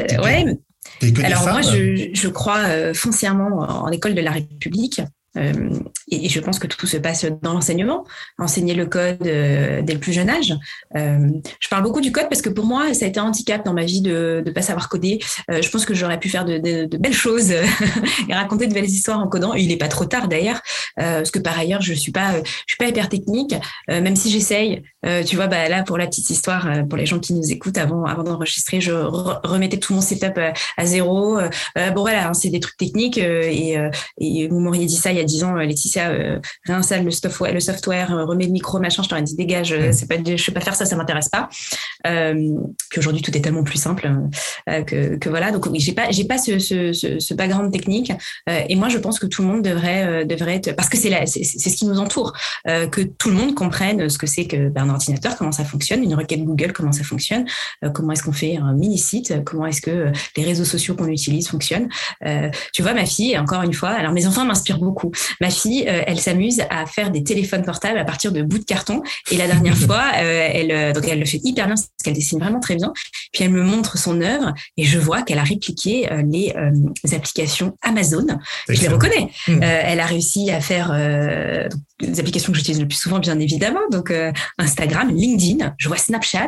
Alors, moi, je crois foncièrement en l'école de la République. Et je pense que tout se passe dans l'enseignement, enseigner le code dès le plus jeune âge. Je parle beaucoup du code parce que pour moi, ça a été un handicap dans ma vie de pas savoir coder. Je pense que j'aurais pu faire de belles choses et raconter de belles histoires en codant. Et il est pas trop tard d'ailleurs, parce que par ailleurs, je suis pas hyper technique, même si j'essaye. Tu vois, là pour la petite histoire, pour les gens qui nous écoutent, avant d'enregistrer, je remettais tout mon setup à zéro. C'est des trucs techniques et vous m'auriez dit ça il y a 10 ans, Laetitia, réinstalle le software, remet le micro, machin, je t'aurais dit dégage, je sais pas faire ça, ça m'intéresse pas. Puis aujourd'hui tout est tellement plus simple que voilà. Donc oui, j'ai pas ce background technique, et moi je pense que tout le monde devrait être, parce que c'est ce qui nous entoure, que tout le monde comprenne ce que c'est qu'un ordinateur, comment ça fonctionne, une requête Google, comment ça fonctionne, comment est-ce qu'on fait un mini site, comment est-ce que les réseaux sociaux qu'on utilise fonctionnent. Tu vois, ma fille, encore une fois, alors mes enfants m'inspirent beaucoup. Ma fille, elle s'amuse à faire des téléphones portables à partir de bouts de carton. Et la dernière fois, elle le fait hyper bien parce qu'elle dessine vraiment très bien. Puis elle me montre son œuvre et je vois qu'elle a répliqué les applications Amazon. Je les reconnais. Elle a réussi à faire des applications que j'utilise le plus souvent, bien évidemment. Donc Instagram, LinkedIn, je vois Snapchat,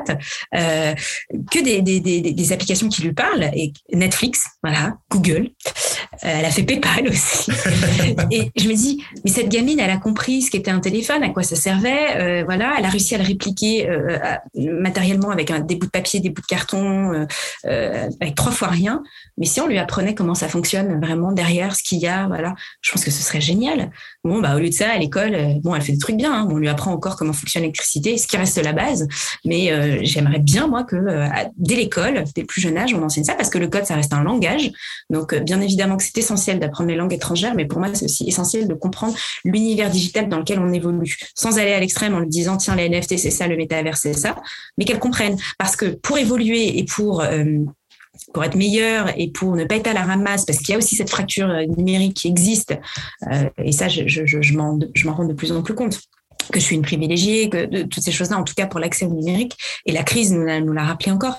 que des applications qui lui parlent, et Netflix, voilà, Google. Elle a fait PayPal aussi. Et je me dis, mais cette gamine, elle a compris ce qu'était un téléphone, à quoi ça servait. Voilà, elle a réussi à le répliquer matériellement avec des bouts de papier, des bouts de carton, avec 3 fois rien. Mais si on lui apprenait comment ça fonctionne vraiment derrière, ce qu'il y a, voilà, je pense que ce serait génial. Bon, au lieu de ça, à l'école, elle fait des trucs bien. Hein. On lui apprend encore comment fonctionne l'électricité, ce qui reste la base. Mais j'aimerais bien, moi, que dès l'école, dès le plus jeune âge, on enseigne ça, parce que le code, ça reste un langage. Donc, bien évidemment que c'est essentiel d'apprendre les langues étrangères, mais pour moi, c'est aussi essentiel de comprendre l'univers digital dans lequel on évolue, sans aller à l'extrême en lui disant, tiens, les NFT, c'est ça, le métavers, c'est ça, mais qu'elle comprenne. Parce que pour évoluer et pour être meilleur et pour ne pas être à la ramasse, parce qu'il y a aussi cette fracture numérique qui existe, et ça, je m'en rends de plus en plus compte, que je suis une privilégiée, que de toutes ces choses-là, en tout cas pour l'accès au numérique, et la crise nous l'a rappelé encore,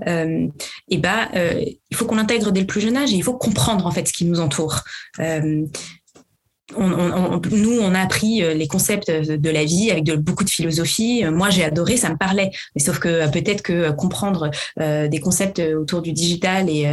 il faut qu'on l'intègre dès le plus jeune âge, et il faut comprendre en fait ce qui nous entoure. nous, on a appris les concepts de la vie avec beaucoup de philosophie. Moi, j'ai adoré, ça me parlait. Mais sauf que peut-être que comprendre des concepts autour du digital et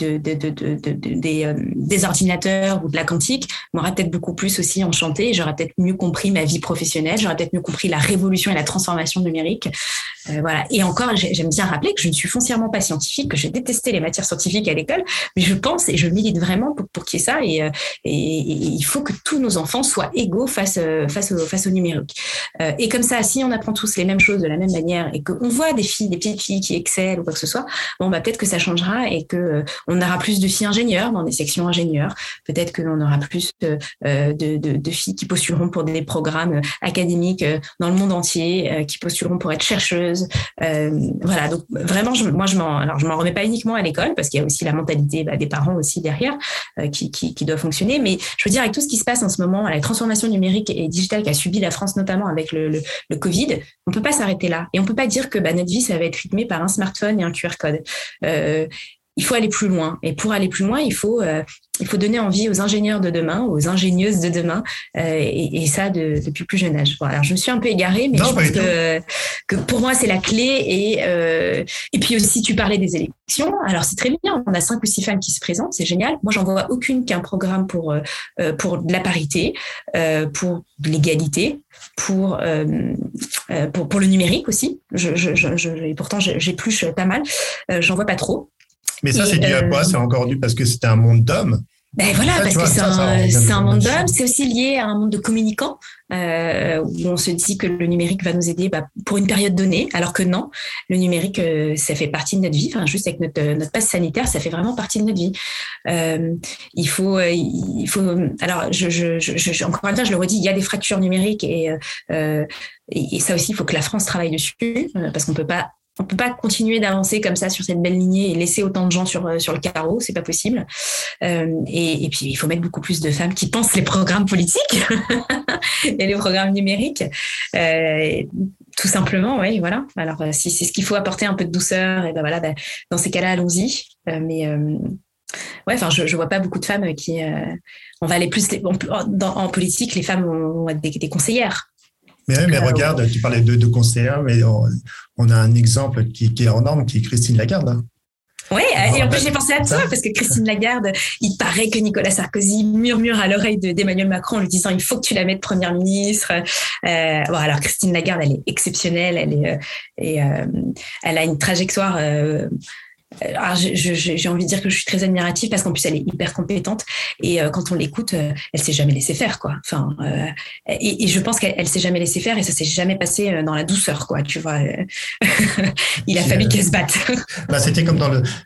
des ordinateurs ou de la quantique m'aurait peut-être beaucoup plus aussi enchanté. J'aurais peut-être mieux compris ma vie professionnelle. J'aurais peut-être mieux compris la révolution et la transformation numérique. Voilà. Et encore, j'aime bien rappeler que je ne suis foncièrement pas scientifique, que j'ai détesté les matières scientifiques à l'école, mais je pense et je milite vraiment pour qu'il y ait ça. Et il faut que tous nos enfants soient égaux face au numérique. Et comme ça, si on apprend tous les mêmes choses de la même manière et qu'on voit des petites filles qui excellent ou quoi que ce soit, peut-être que ça changera et que on aura plus de filles ingénieurs dans des sections ingénieurs. Peut-être qu'on aura plus de filles qui postuleront pour des programmes académiques dans le monde entier, qui postuleront pour être chercheuses. Voilà. Donc vraiment, je m'en remets pas uniquement à l'école parce qu'il y a aussi la mentalité des parents aussi derrière qui doit fonctionner. Mais je veux dire, avec tout ce qui se passe en ce moment, la transformation numérique et digitale qu'a subi la France, notamment avec le Covid, on peut pas s'arrêter là. Et on peut pas dire que notre vie, ça va être rythmé par un smartphone et un QR code. Il faut aller plus loin. Et pour aller plus loin, il faut donner envie aux ingénieurs de demain, aux ingénieuses de demain, et ça depuis plus jeune âge. Voilà. Alors, je me suis un peu égarée, mais je pense que pour moi, c'est la clé. Et puis aussi, tu parlais des élections. Alors, c'est très bien. On a 5 ou 6 femmes qui se présentent. C'est génial. Moi, j'en vois aucune qui a un programme pour de la parité, pour l'égalité, pour le numérique aussi. Et pourtant, j'épluche pas mal. J'en vois pas trop. Mais ça, c'est dû à quoi? C'est encore dû parce que c'était un monde d'hommes. Ben voilà, parce que c'est un monde d'hommes. C'est aussi lié à un monde de communicants où on se dit que le numérique va nous aider pour une période donnée, alors que non, le numérique, ça fait partie de notre vie. Enfin, juste avec notre passe sanitaire, ça fait vraiment partie de notre vie. Il faut. Alors, encore une fois, je le redis, il y a des fractures numériques et ça aussi, il faut que la France travaille dessus parce qu'on peut pas continuer d'avancer comme ça sur cette belle lignée et laisser autant de gens sur le carreau, c'est pas possible. Et puis il faut mettre beaucoup plus de femmes qui pensent les programmes politiques et les programmes numériques. Tout simplement, oui, voilà. Alors si c'est ce qu'il faut apporter un peu de douceur, et dans ces cas-là, allons-y. Ouais, enfin, je vois pas beaucoup de femmes qui. On va aller plus en politique. Les femmes vont être des conseillères. Mais regarde, tu parlais de conseillère, mais on a un exemple qui est en norme, qui est Christine Lagarde. Hein. Oui, et en plus j'ai pensé à ça parce que Christine Lagarde, il paraît que Nicolas Sarkozy murmure à l'oreille d'Emmanuel Macron en lui disant il faut que tu la mettes première ministre. Alors Christine Lagarde, elle est exceptionnelle, elle a une trajectoire. Alors j'ai envie de dire que je suis très admirative parce qu'en plus elle est hyper compétente et quand on l'écoute, elle s'est jamais laissée faire quoi. Enfin et je pense qu'elle s'est jamais laissée faire et ça s'est jamais passé dans la douceur quoi. Tu vois, il a fallu qu'elle se batte. C'était comme dans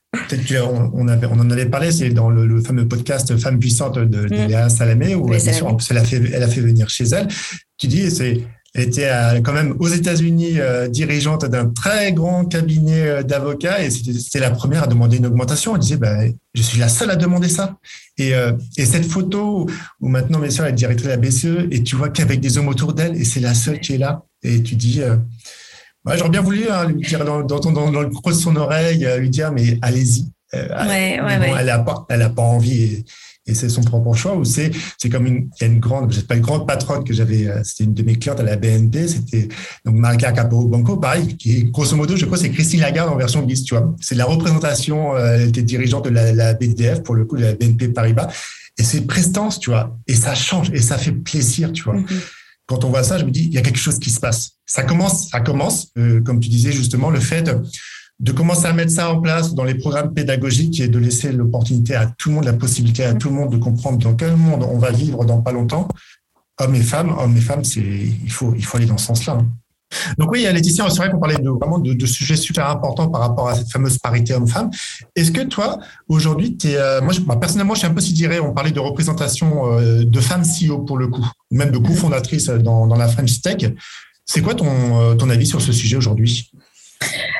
on en avait parlé, c'est dans le fameux podcast Femmes puissantes de Léa Salamé où bien sûr, en plus elle a fait venir chez elle. Tu dis elle était quand même aux États-Unis dirigeante d'un très grand cabinet d'avocats et c'était la première à demander une augmentation. Elle disait je suis la seule à demander ça. Et cette photo où maintenant mes sœurs elle est directrice de la BCE et tu vois qu'avec des hommes autour d'elle et c'est la seule qui est là et tu dis j'aurais bien voulu lui dire dans le creux de son oreille lui dire mais allez-y. Elle a pas envie. Et c'est son propre choix, ou c'est comme il y a une grande patronne que j'avais, c'était une de mes clientes à la BNP, c'était donc Marica Capo-Banco, pareil, qui est, grosso modo, je crois, c'est Christine Lagarde en version bis, tu vois. C'est la représentation, elle était dirigeante de la BDF, pour le coup, de la BNP Paribas, et c'est prestance, tu vois, et ça change, et ça fait plaisir, tu vois. Mm-hmm. Quand on voit ça, je me dis, il y a quelque chose qui se passe. Ça commence, comme tu disais justement, le fait de commencer à mettre ça en place dans les programmes pédagogiques et de laisser l'opportunité à tout le monde, la possibilité à tout le monde de comprendre dans quel monde on va vivre dans pas longtemps. Hommes et femmes, il faut aller dans ce sens-là. Hein. Donc oui, Laetitia, c'est vrai qu'on parlait vraiment de sujets super importants par rapport à cette fameuse parité homme-femme. Est-ce que toi, aujourd'hui, moi personnellement, je suis un peu sidéré. On parlait de représentation de femmes CEO pour le coup, même de cofondatrices dans la French Tech. C'est quoi ton avis sur ce sujet aujourd'hui ?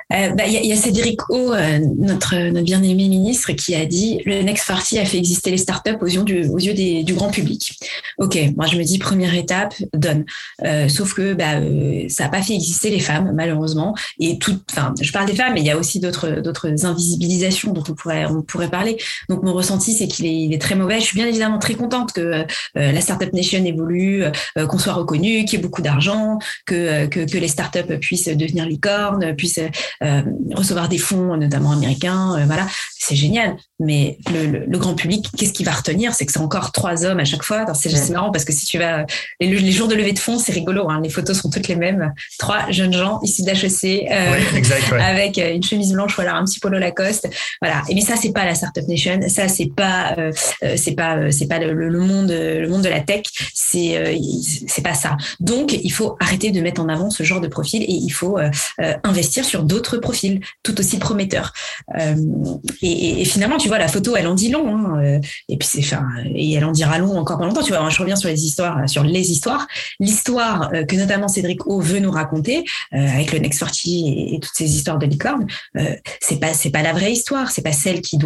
y a Cédric O, notre bien-aimé ministre, qui a dit le Next 40 a fait exister les startups aux yeux du grand public. Ok, moi je me dis première étape, donne. Sauf que ça n'a pas fait exister les femmes, malheureusement. Et je parle des femmes, mais il y a aussi d'autres invisibilisations dont on pourrait parler. Donc mon ressenti, c'est qu'il est très mauvais. Je suis bien évidemment très contente que la Startup Nation évolue, qu'on soit reconnu, qu'il y ait beaucoup d'argent, que les startups puissent devenir licornes, puissent recevoir des fonds, notamment américains. Voilà, c'est génial. Mais le grand public, qu'est-ce qu'il va retenir? C'est que c'est encore 3 hommes à chaque fois. C'est marrant parce que si tu vas les jours de levée de fonds, c'est rigolo. Hein, les photos sont toutes les mêmes. 3 jeunes gens issus d'HEC avec une chemise blanche ou alors un petit polo Lacoste. Voilà. Mais ça, c'est pas la Startup Nation. Ça, c'est pas le monde de la tech. C'est pas ça. Donc, il faut arrêter de mettre en avant ce genre de profil et il faut investir sur d'autres profils tout aussi prometteurs. Et finalement, tu vois, la photo, elle en dit long. Hein, et puis et elle en dira long encore pas longtemps. Tu vois, moi, je reviens sur les histoires. L'histoire que notamment Cédric O veut nous raconter avec le Next 40 et toutes ces histoires de licorne, c'est pas la vraie histoire. C'est pas celle qui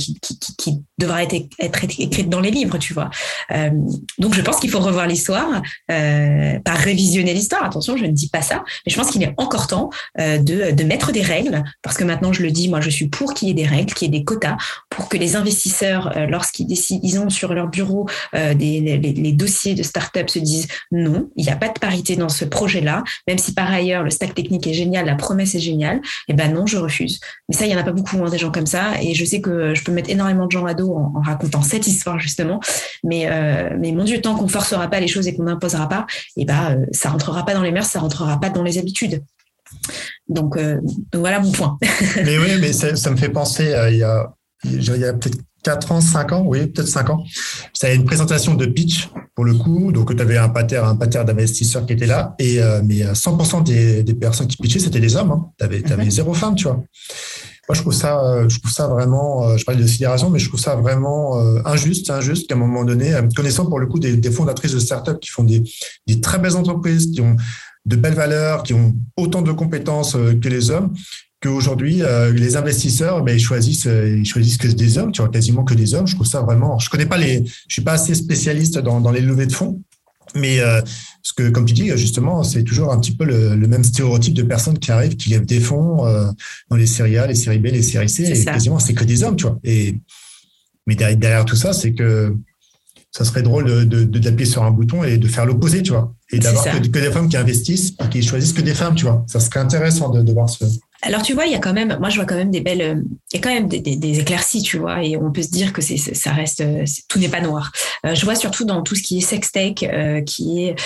devra être écrite dans les livres, tu vois. Donc, je pense qu'il faut revoir l'histoire, pas révisionner l'histoire. Attention, je ne dis pas ça, mais je pense qu'il est encore temps de mettre des règles, parce que maintenant, je le dis, moi, je suis pour qu'il y ait des règles, qu'il y ait des quotas, pour que les investisseurs, lorsqu'ils décident, ils ont sur leur bureau les dossiers de start-up, se disent non, il n'y a pas de parité dans ce projet-là, même si par ailleurs le stack technique est génial, la promesse est géniale, et ben non, je refuse. Mais ça, il y en a pas beaucoup, hein, des gens comme ça, et je sais que je peux mettre énormément de gens à dos en racontant cette histoire justement, mais mon Dieu, tant qu'on forcera pas les choses et qu'on n'imposera pas, et ça rentrera pas dans les mœurs, ça rentrera pas dans les habitudes. Donc voilà mon point. Mais oui, mais ça me fait penser il y a peut-être 4 ans, 5 ans, oui, peut-être 5 ans. Ça a une présentation de pitch, pour le coup. Donc, tu avais un pater d'investisseurs qui était là. Mais 100% des personnes qui pitchaient, c'était des hommes. Hein. Tu avais 0 femme, tu vois. Moi, je trouve ça vraiment, je parlais de sidération, mais je trouve ça vraiment injuste qu'à un moment donné, connaissant pour le coup des fondatrices de startups qui font des très belles entreprises, qui ont de belles valeurs, qui ont autant de compétences que les hommes, qu'aujourd'hui, les investisseurs, ils choisissent que des hommes, tu vois, quasiment que des hommes. Je trouve ça vraiment, je suis pas assez spécialiste dans les levées de fonds, mais parce que, comme tu dis, justement, c'est toujours un petit peu le même stéréotype de personnes qui arrivent, qui lèvent des fonds dans les séries A, les séries B, les séries C, et quasiment, c'est que des hommes, tu vois. Mais derrière tout ça, c'est que ça serait drôle d'appuyer sur un bouton et de faire l'opposé, tu vois. Et d'avoir que des femmes qui investissent et qui choisissent que des femmes, tu vois. Ça serait intéressant de voir ce... Alors, tu vois, moi, je vois quand même il y a quand même des éclaircies, tu vois, et on peut se dire que ça reste, tout n'est pas noir. Je vois surtout dans tout ce qui est sextech, qui est,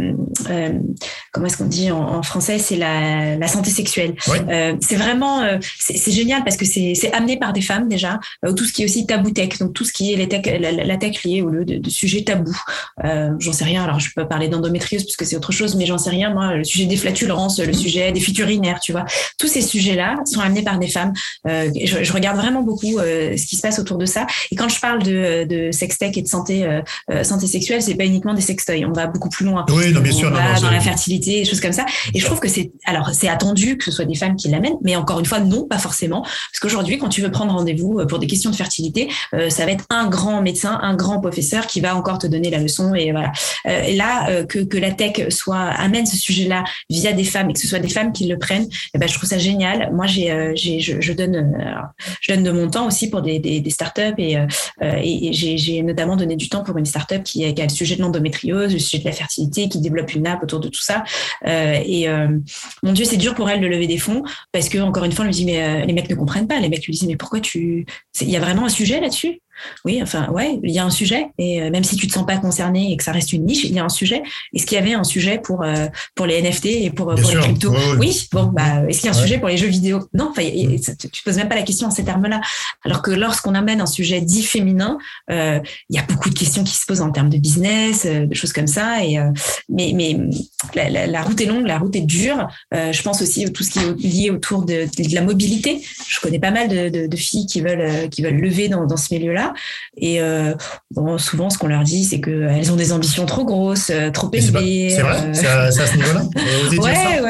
comment est-ce qu'on dit en français, c'est la santé sexuelle. Ouais. C'est vraiment, c'est génial parce que c'est amené par des femmes déjà, tout ce qui est aussi tabou tech, donc tout ce qui est la tech liée au lieu de sujets tabous. J'en sais rien, alors je peux parler d'endométriose puisque c'est autre chose, mais j'en sais rien, moi, le sujet des flatulences, le sujet des fuites urinaires, tu vois, tous ces sujets-là sont amenés par des femmes. Je regarde vraiment beaucoup ce qui se passe autour de ça. Et quand je parle de sextech et de santé sexuelle, c'est pas uniquement des sextoys. On va beaucoup plus loin. Oui, non, bien sûr. On va dans la fertilité, des choses comme ça. Et je trouve que c'est attendu que ce soit des femmes qui l'amènent, mais encore une fois, non, pas forcément. Parce qu'aujourd'hui, quand tu veux prendre rendez-vous pour des questions de fertilité, ça va être un grand médecin, un grand professeur qui va encore te donner la leçon. Et voilà. Et là, que la tech amène ce sujet-là via des femmes et que ce soit des femmes qui le prennent, je trouve ça génial. Moi, je donne de mon temps aussi pour des startups et j'ai notamment donné du temps pour une startup qui a le sujet de l'endométriose, le sujet de la fertilité, qui développe une app autour de tout ça. Mon Dieu, c'est dur pour elle de lever des fonds parce que, encore une fois, elle me dit, mais les mecs ne comprennent pas. Les mecs lui disent, mais pourquoi il y a vraiment un sujet là-dessus? Oui, enfin, ouais, il y a un sujet, et même si tu te sens pas concerné et que ça reste une niche, il y a un sujet. Est-ce qu'il y avait un sujet pour les NFT et pour les cryptos? Oui, bon, est-ce qu'il y a un sujet pour les jeux vidéo? Non, enfin, tu poses même pas la question en ces termes-là. Alors que lorsqu'on amène un sujet dit féminin, il y a beaucoup de questions qui se posent en termes de business, de choses comme ça. Mais la route est longue, la route est dure. Je pense aussi à tout ce qui est lié autour de la mobilité. Je connais pas mal de filles qui veulent lever dans ce milieu-là. Et souvent, ce qu'on leur dit, c'est qu'elles ont des ambitions trop grosses, trop élevées. C'est vrai, c'est à ce niveau-là. Ouais. On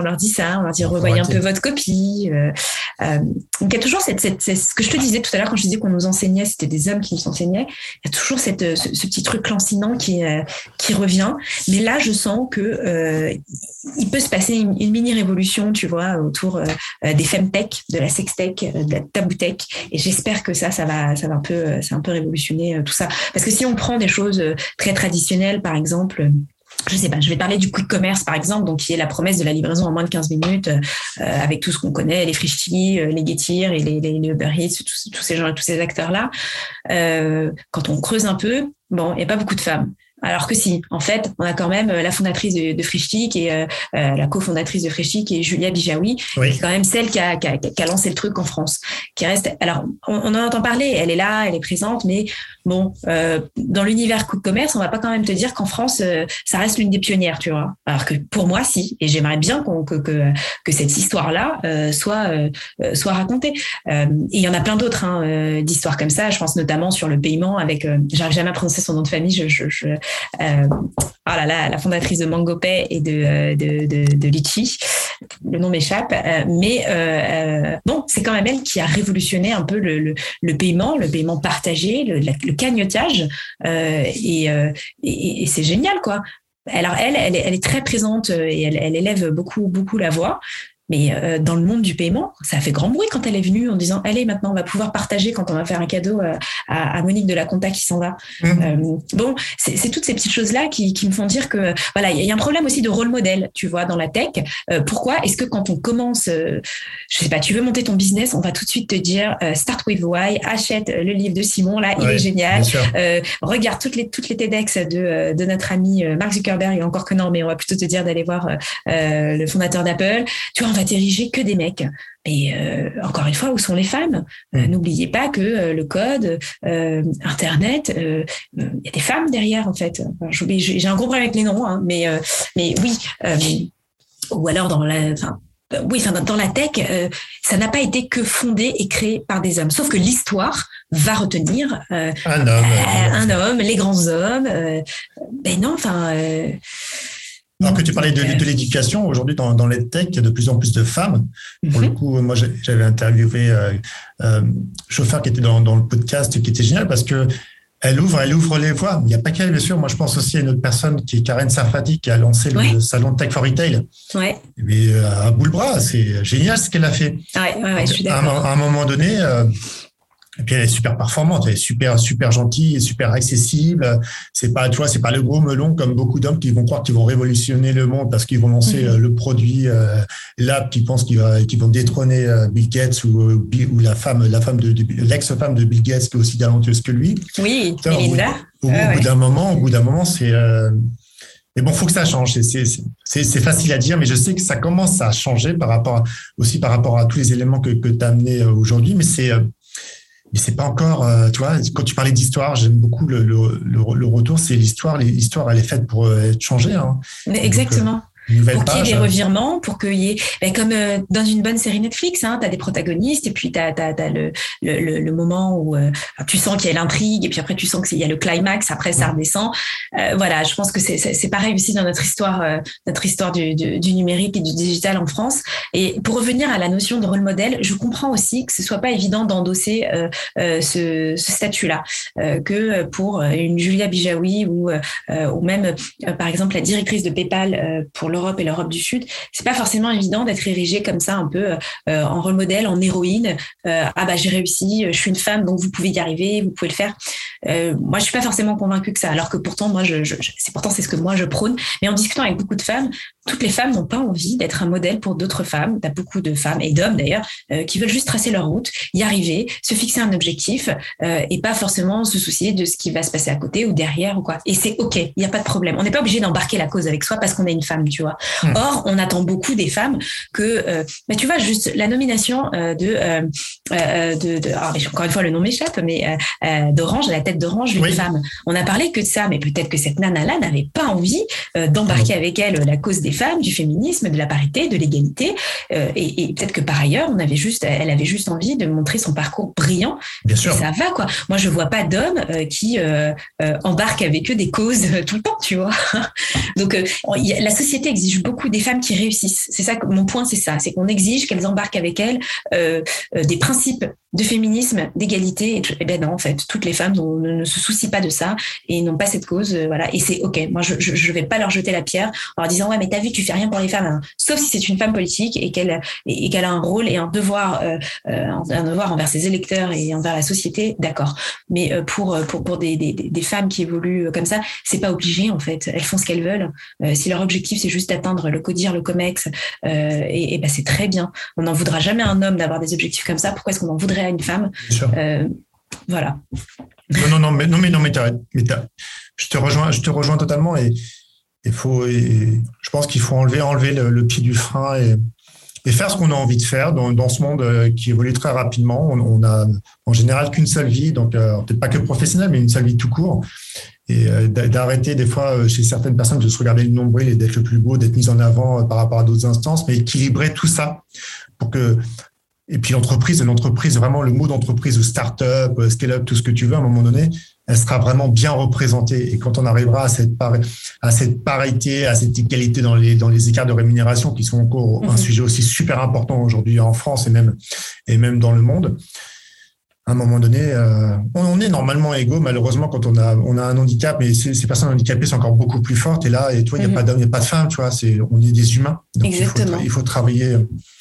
leur dit ça, on leur dit revoyez un peu votre copie. Donc il y a toujours c'est ce que je te disais tout à l'heure quand je disais qu'on nous enseignait, c'était des hommes qui nous enseignaient. Il y a toujours ce petit truc lancinant qui revient. Mais là, je sens que il peut se passer une mini révolution, tu vois, autour des femtech, de la sextech, de la taboutech. Et j'espère que ça va un peu révolutionner tout ça. Parce que si on prend des choses très traditionnelles, par exemple, je sais pas, je vais parler du quick commerce par exemple, donc qui est la promesse de la livraison en moins de 15 minutes, avec tout ce qu'on connaît, les Frischti, les Getir et les Uber Eats, tous ces gens, tous ces acteurs-là. Quand on creuse un peu, bon, il n'y a pas beaucoup de femmes. Alors que si, en fait, on a quand même la fondatrice de Frischti, qui est la cofondatrice de Frischti, qui est Julia Bijawi, qui est quand même celle qui a lancé le truc en France. Qui reste. Alors, on en entend parler. Elle est là, elle est présente, mais bon, dans l'univers quick commerce, on va pas quand même te dire qu'en France, ça reste l'une des pionnières, tu vois. Alors que pour moi, si. Et j'aimerais bien que cette histoire-là soit racontée. Et il y en a plein d'autres d'histoires comme ça. Je pense notamment sur le paiement avec. J'arrive jamais à prononcer son nom de famille. Oh là là, la fondatrice de MangoPay et de Litchi, le nom m'échappe, mais bon, c'est quand même elle qui a révolutionné un peu le paiement partagé, le cagnotage, et c'est génial quoi. Alors elle est très présente et elle élève beaucoup la voix. Mais dans le monde du paiement, ça a fait grand bruit quand elle est venue en disant « Allez, maintenant, on va pouvoir partager quand on va faire un cadeau à Monique de la Conta qui s'en va. » Bon, c'est toutes ces petites choses-là qui me font dire que, voilà, il y a un problème aussi de rôle modèle, tu vois, dans la tech. Pourquoi est-ce que quand on commence, je sais pas, tu veux monter ton business, on va tout de suite te dire Start with Why, achète le livre de Simon, là, il est génial. Regarde toutes les TEDx de notre ami Mark Zuckerberg, et encore que non, mais on va plutôt te dire d'aller voir le fondateur d'Apple. Tu vois, on va t'ériger que des mecs. Mais encore une fois, où sont les femmes ? N'oubliez pas que le code, Internet, il y a des femmes derrière, en fait. Enfin, j'ai un gros problème avec les noms, hein, mais oui. Ou alors dans la tech, ça n'a pas été que fondé et créé par des hommes. Sauf que l'histoire va retenir un homme, les grands hommes. Ben non, enfin... Alors que tu parlais de l'éducation, aujourd'hui dans les tech, il y a de plus en plus de femmes. Pour le coup, moi j'avais interviewé Chauffeur qui était dans le podcast, qui était génial parce que elle ouvre les voies. Il n'y a pas qu'elle, bien sûr. Moi, je pense aussi à une autre personne qui est Karen Sarfati, qui a lancé le salon Tech for Retail. Ouais. Mais à bout le bras, c'est génial ce qu'elle a fait. Ouais, je suis d'accord. À un moment donné, et puis elle est super performante, elle est super gentille et super accessible. C'est pas le gros melon comme beaucoup d'hommes qui vont croire qu'ils vont révolutionner le monde parce qu'ils vont lancer le produit, l'app qui pensent qu'ils vont détrôner Bill Gates ou l'ex-femme de Bill Gates qui est aussi talentueuse que lui. Oui, Melinda. Au bout d'un moment, c'est mais bon, faut que ça change. C'est facile à dire, mais je sais que ça commence à changer par rapport à tous les éléments que tu as amenés aujourd'hui, mais c'est pas encore, tu vois, quand tu parlais d'histoire, j'aime beaucoup le retour, c'est l'histoire. L'histoire, elle est faite pour être changée. Hein. Mais exactement. Donc, pour qu'il y ait des revirements, pour qu'il y ait, comme dans une bonne série Netflix, hein, t'as des protagonistes et puis t'as le moment où tu sens qu'il y a l'intrigue et puis après tu sens qu'il y a le climax, après ça redescend. Voilà, je pense que c'est pareil aussi dans notre histoire du numérique et du digital en France. Et pour revenir à la notion de rôle modèle, je comprends aussi que ce soit pas évident d'endosser ce statut-là, que pour une Julia Bijawi ou même par exemple la directrice de PayPal pour l'Europe et l'Europe du Sud, c'est pas forcément évident d'être érigée comme ça un peu en rôle modèle, en héroïne. J'ai réussi, je suis une femme, donc vous pouvez y arriver, vous pouvez le faire. Moi, je suis pas forcément convaincue que ça, alors que pourtant, moi, c'est ce que moi je prône. Mais en discutant avec beaucoup de femmes, toutes les femmes n'ont pas envie d'être un modèle pour d'autres femmes. T'as beaucoup de femmes et d'hommes d'ailleurs qui veulent juste tracer leur route, y arriver, se fixer un objectif et pas forcément se soucier de ce qui va se passer à côté ou derrière ou quoi. Et c'est ok, il y a pas de problème. On n'est pas obligé d'embarquer la cause avec soi parce qu'on est une femme, tu vois. Or, on attend beaucoup des femmes que, tu vois, juste la nomination encore une fois le nom m'échappe, mais d'Orange, la tête d'Orange, une femme. On a parlé que de ça, mais peut-être que cette nana-là n'avait pas envie d'embarquer avec elle la cause des femmes, du féminisme, de la parité, de l'égalité, et peut-être que par ailleurs, elle avait juste envie de montrer son parcours brillant. Bien sûr. Et ça va quoi. Moi, je vois pas d'hommes qui embarquent avec eux des causes tout le temps, tu vois. Donc, la société exige beaucoup des femmes qui réussissent. C'est ça, mon point, c'est ça. C'est qu'on exige qu'elles embarquent avec elles des principes de féminisme, d'égalité. Et ben non, en fait, toutes les femmes ne se soucient pas de ça et n'ont pas cette cause. Voilà. Et c'est OK. Moi, je vais pas leur jeter la pierre en leur disant, ouais, mais t'as vu, tu fais rien pour les femmes. Hein. Sauf si c'est une femme politique et qu'elle a un rôle et un devoir envers ses électeurs et envers la société. D'accord. Mais pour des femmes qui évoluent comme ça, c'est pas obligé, en fait. Elles font ce qu'elles veulent. Si leur objectif, c'est juste d'atteindre le CODIR, le COMEX, et ben c'est très bien. On n'en voudra jamais à un homme d'avoir des objectifs comme ça. Pourquoi est-ce qu'on en voudrait à une femme? Voilà. Je te rejoins totalement et je pense qu'il faut enlever le pied du frein et faire ce qu'on a envie de faire dans ce monde qui évolue très rapidement. On a en général qu'une seule vie, donc peut-être pas que professionnelle, mais une seule vie tout court. Et d'arrêter des fois chez certaines personnes de se regarder le nombril et d'être le plus beau, d'être mis en avant par rapport à d'autres instances, mais équilibrer tout ça pour que. Et puis l'entreprise, vraiment le mot d'entreprise ou start-up, scale-up, tout ce que tu veux, à un moment donné, elle sera vraiment bien représentée. Et quand on arrivera à cette parité, à cette égalité dans les écarts de rémunération qui sont encore un sujet aussi super important aujourd'hui en France et même dans le monde, à un moment donné, on est normalement égaux. Malheureusement, quand on a un handicap, mais ces personnes handicapées sont encore beaucoup plus fortes. Et là, il n'y a pas d'homme, il n'y a pas de femme, tu vois. On est des humains. Donc exactement. Il faut travailler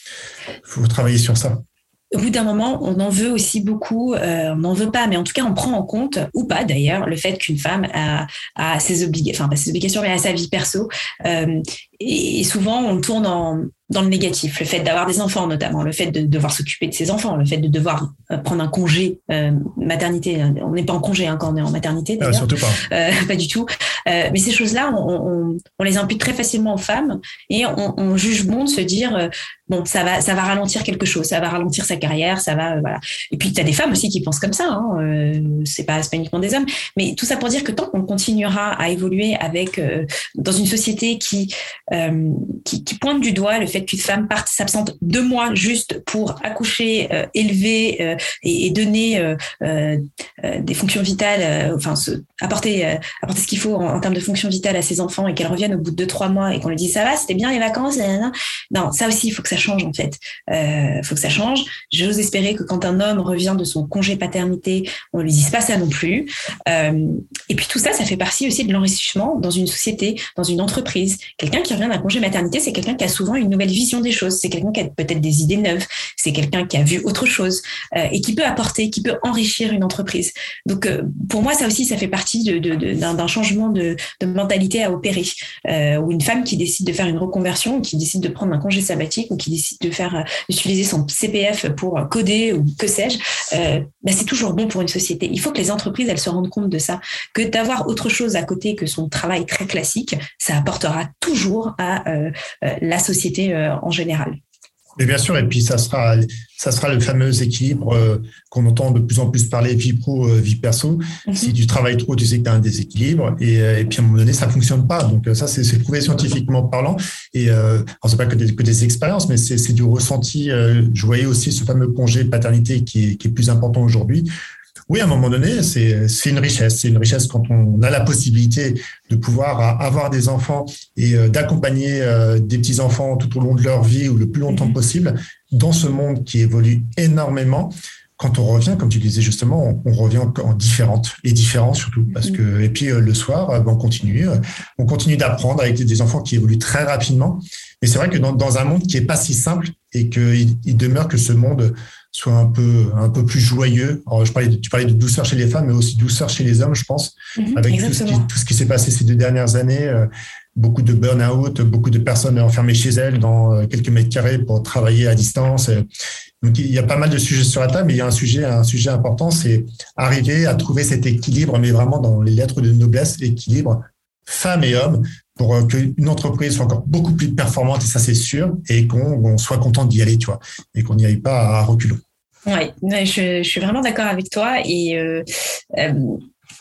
sur ça. Au bout d'un moment, on en veut aussi beaucoup, on n'en veut pas, mais en tout cas, on prend en compte, ou pas d'ailleurs, le fait qu'une femme a ses obligations, enfin pas ses obligations, mais a sa vie perso. Et souvent, on tourne dans le négatif, le fait d'avoir des enfants notamment, le fait de devoir s'occuper de ses enfants, le fait de devoir prendre un congé maternité. On n'est pas en congé quand on est en maternité, d'ailleurs. Surtout pas. Pas du tout. Mais ces choses-là, on les impute très facilement aux femmes et on juge bon de se dire bon, ça va ralentir quelque chose, ça va ralentir sa carrière, ça va voilà. Et puis tu as des femmes aussi qui pensent comme ça. C'est pas uniquement des hommes, mais tout ça pour dire que tant qu'on continuera à évoluer dans une société qui pointe du doigt le fait qu'une femme s'absente 2 mois juste pour accoucher, élever et donner des fonctions vitales, apporter ce qu'il faut en termes de fonctions vitales à ses enfants et qu'elle revienne au bout de 2-3 mois et qu'on lui dise ça va, c'était bien les vacances, non, ça aussi il faut que ça change en fait. Faut que ça change. J'ose espérer que quand un homme revient de son congé paternité, on lui dise pas ça non plus. Et puis tout ça fait partie aussi de l'enrichissement dans une société, dans une entreprise. Quelqu'un qui revient d'un congé maternité, c'est quelqu'un qui a souvent une nouvelle vision des choses. C'est quelqu'un qui a peut-être des idées neuves. C'est quelqu'un qui a vu autre chose et qui peut apporter, qui peut enrichir une entreprise. Donc pour moi, ça aussi, ça fait partie d'un changement de mentalité à opérer. Ou une femme qui décide de faire une reconversion, qui décide de prendre un congé sabbatique ou qui décide d'utiliser son CPF pour coder ou que sais-je, c'est toujours bon pour une société. Il faut que les entreprises, elles se rendent compte de ça, que d'avoir autre chose à côté que son travail très classique, ça apportera toujours à la société en général. Mais bien sûr, et puis ça sera le fameux équilibre qu'on entend de plus en plus parler, vie pro, vie perso. Mm-hmm. Si tu travailles trop, tu sais que tu as un déséquilibre et puis à un moment donné, ça fonctionne pas. Donc ça, c'est prouvé scientifiquement parlant. Et c'est pas que des expériences, mais c'est du ressenti. Je voyais aussi ce fameux congé paternité qui est plus important aujourd'hui. Oui, à un moment donné, c'est une richesse. C'est une richesse quand on a la possibilité de pouvoir avoir des enfants et d'accompagner des petits-enfants tout au long de leur vie ou le plus longtemps possible dans ce monde qui évolue énormément. Quand on revient, comme tu disais justement, on revient en différentes, et différents surtout, parce que et puis le soir, on continue d'apprendre avec des enfants qui évoluent très rapidement. Et c'est vrai que dans un monde qui est pas si simple et qu'il demeure que ce monde soit un peu plus joyeux. Alors, tu parlais de douceur chez les femmes, mais aussi douceur chez les hommes, je pense, avec tout ce qui s'est passé ces 2 dernières années. Beaucoup de burn-out, beaucoup de personnes enfermées chez elles dans quelques mètres carrés pour travailler à distance. Donc, il y a pas mal de sujets sur la table, mais il y a un sujet important, c'est arriver à trouver cet équilibre, mais vraiment dans les lettres de noblesse, équilibre femmes et hommes, pour qu'une entreprise soit encore beaucoup plus performante, et ça c'est sûr, et qu'on soit content d'y aller, tu vois, et qu'on n'y aille pas à reculons. Oui, je suis vraiment d'accord avec toi, et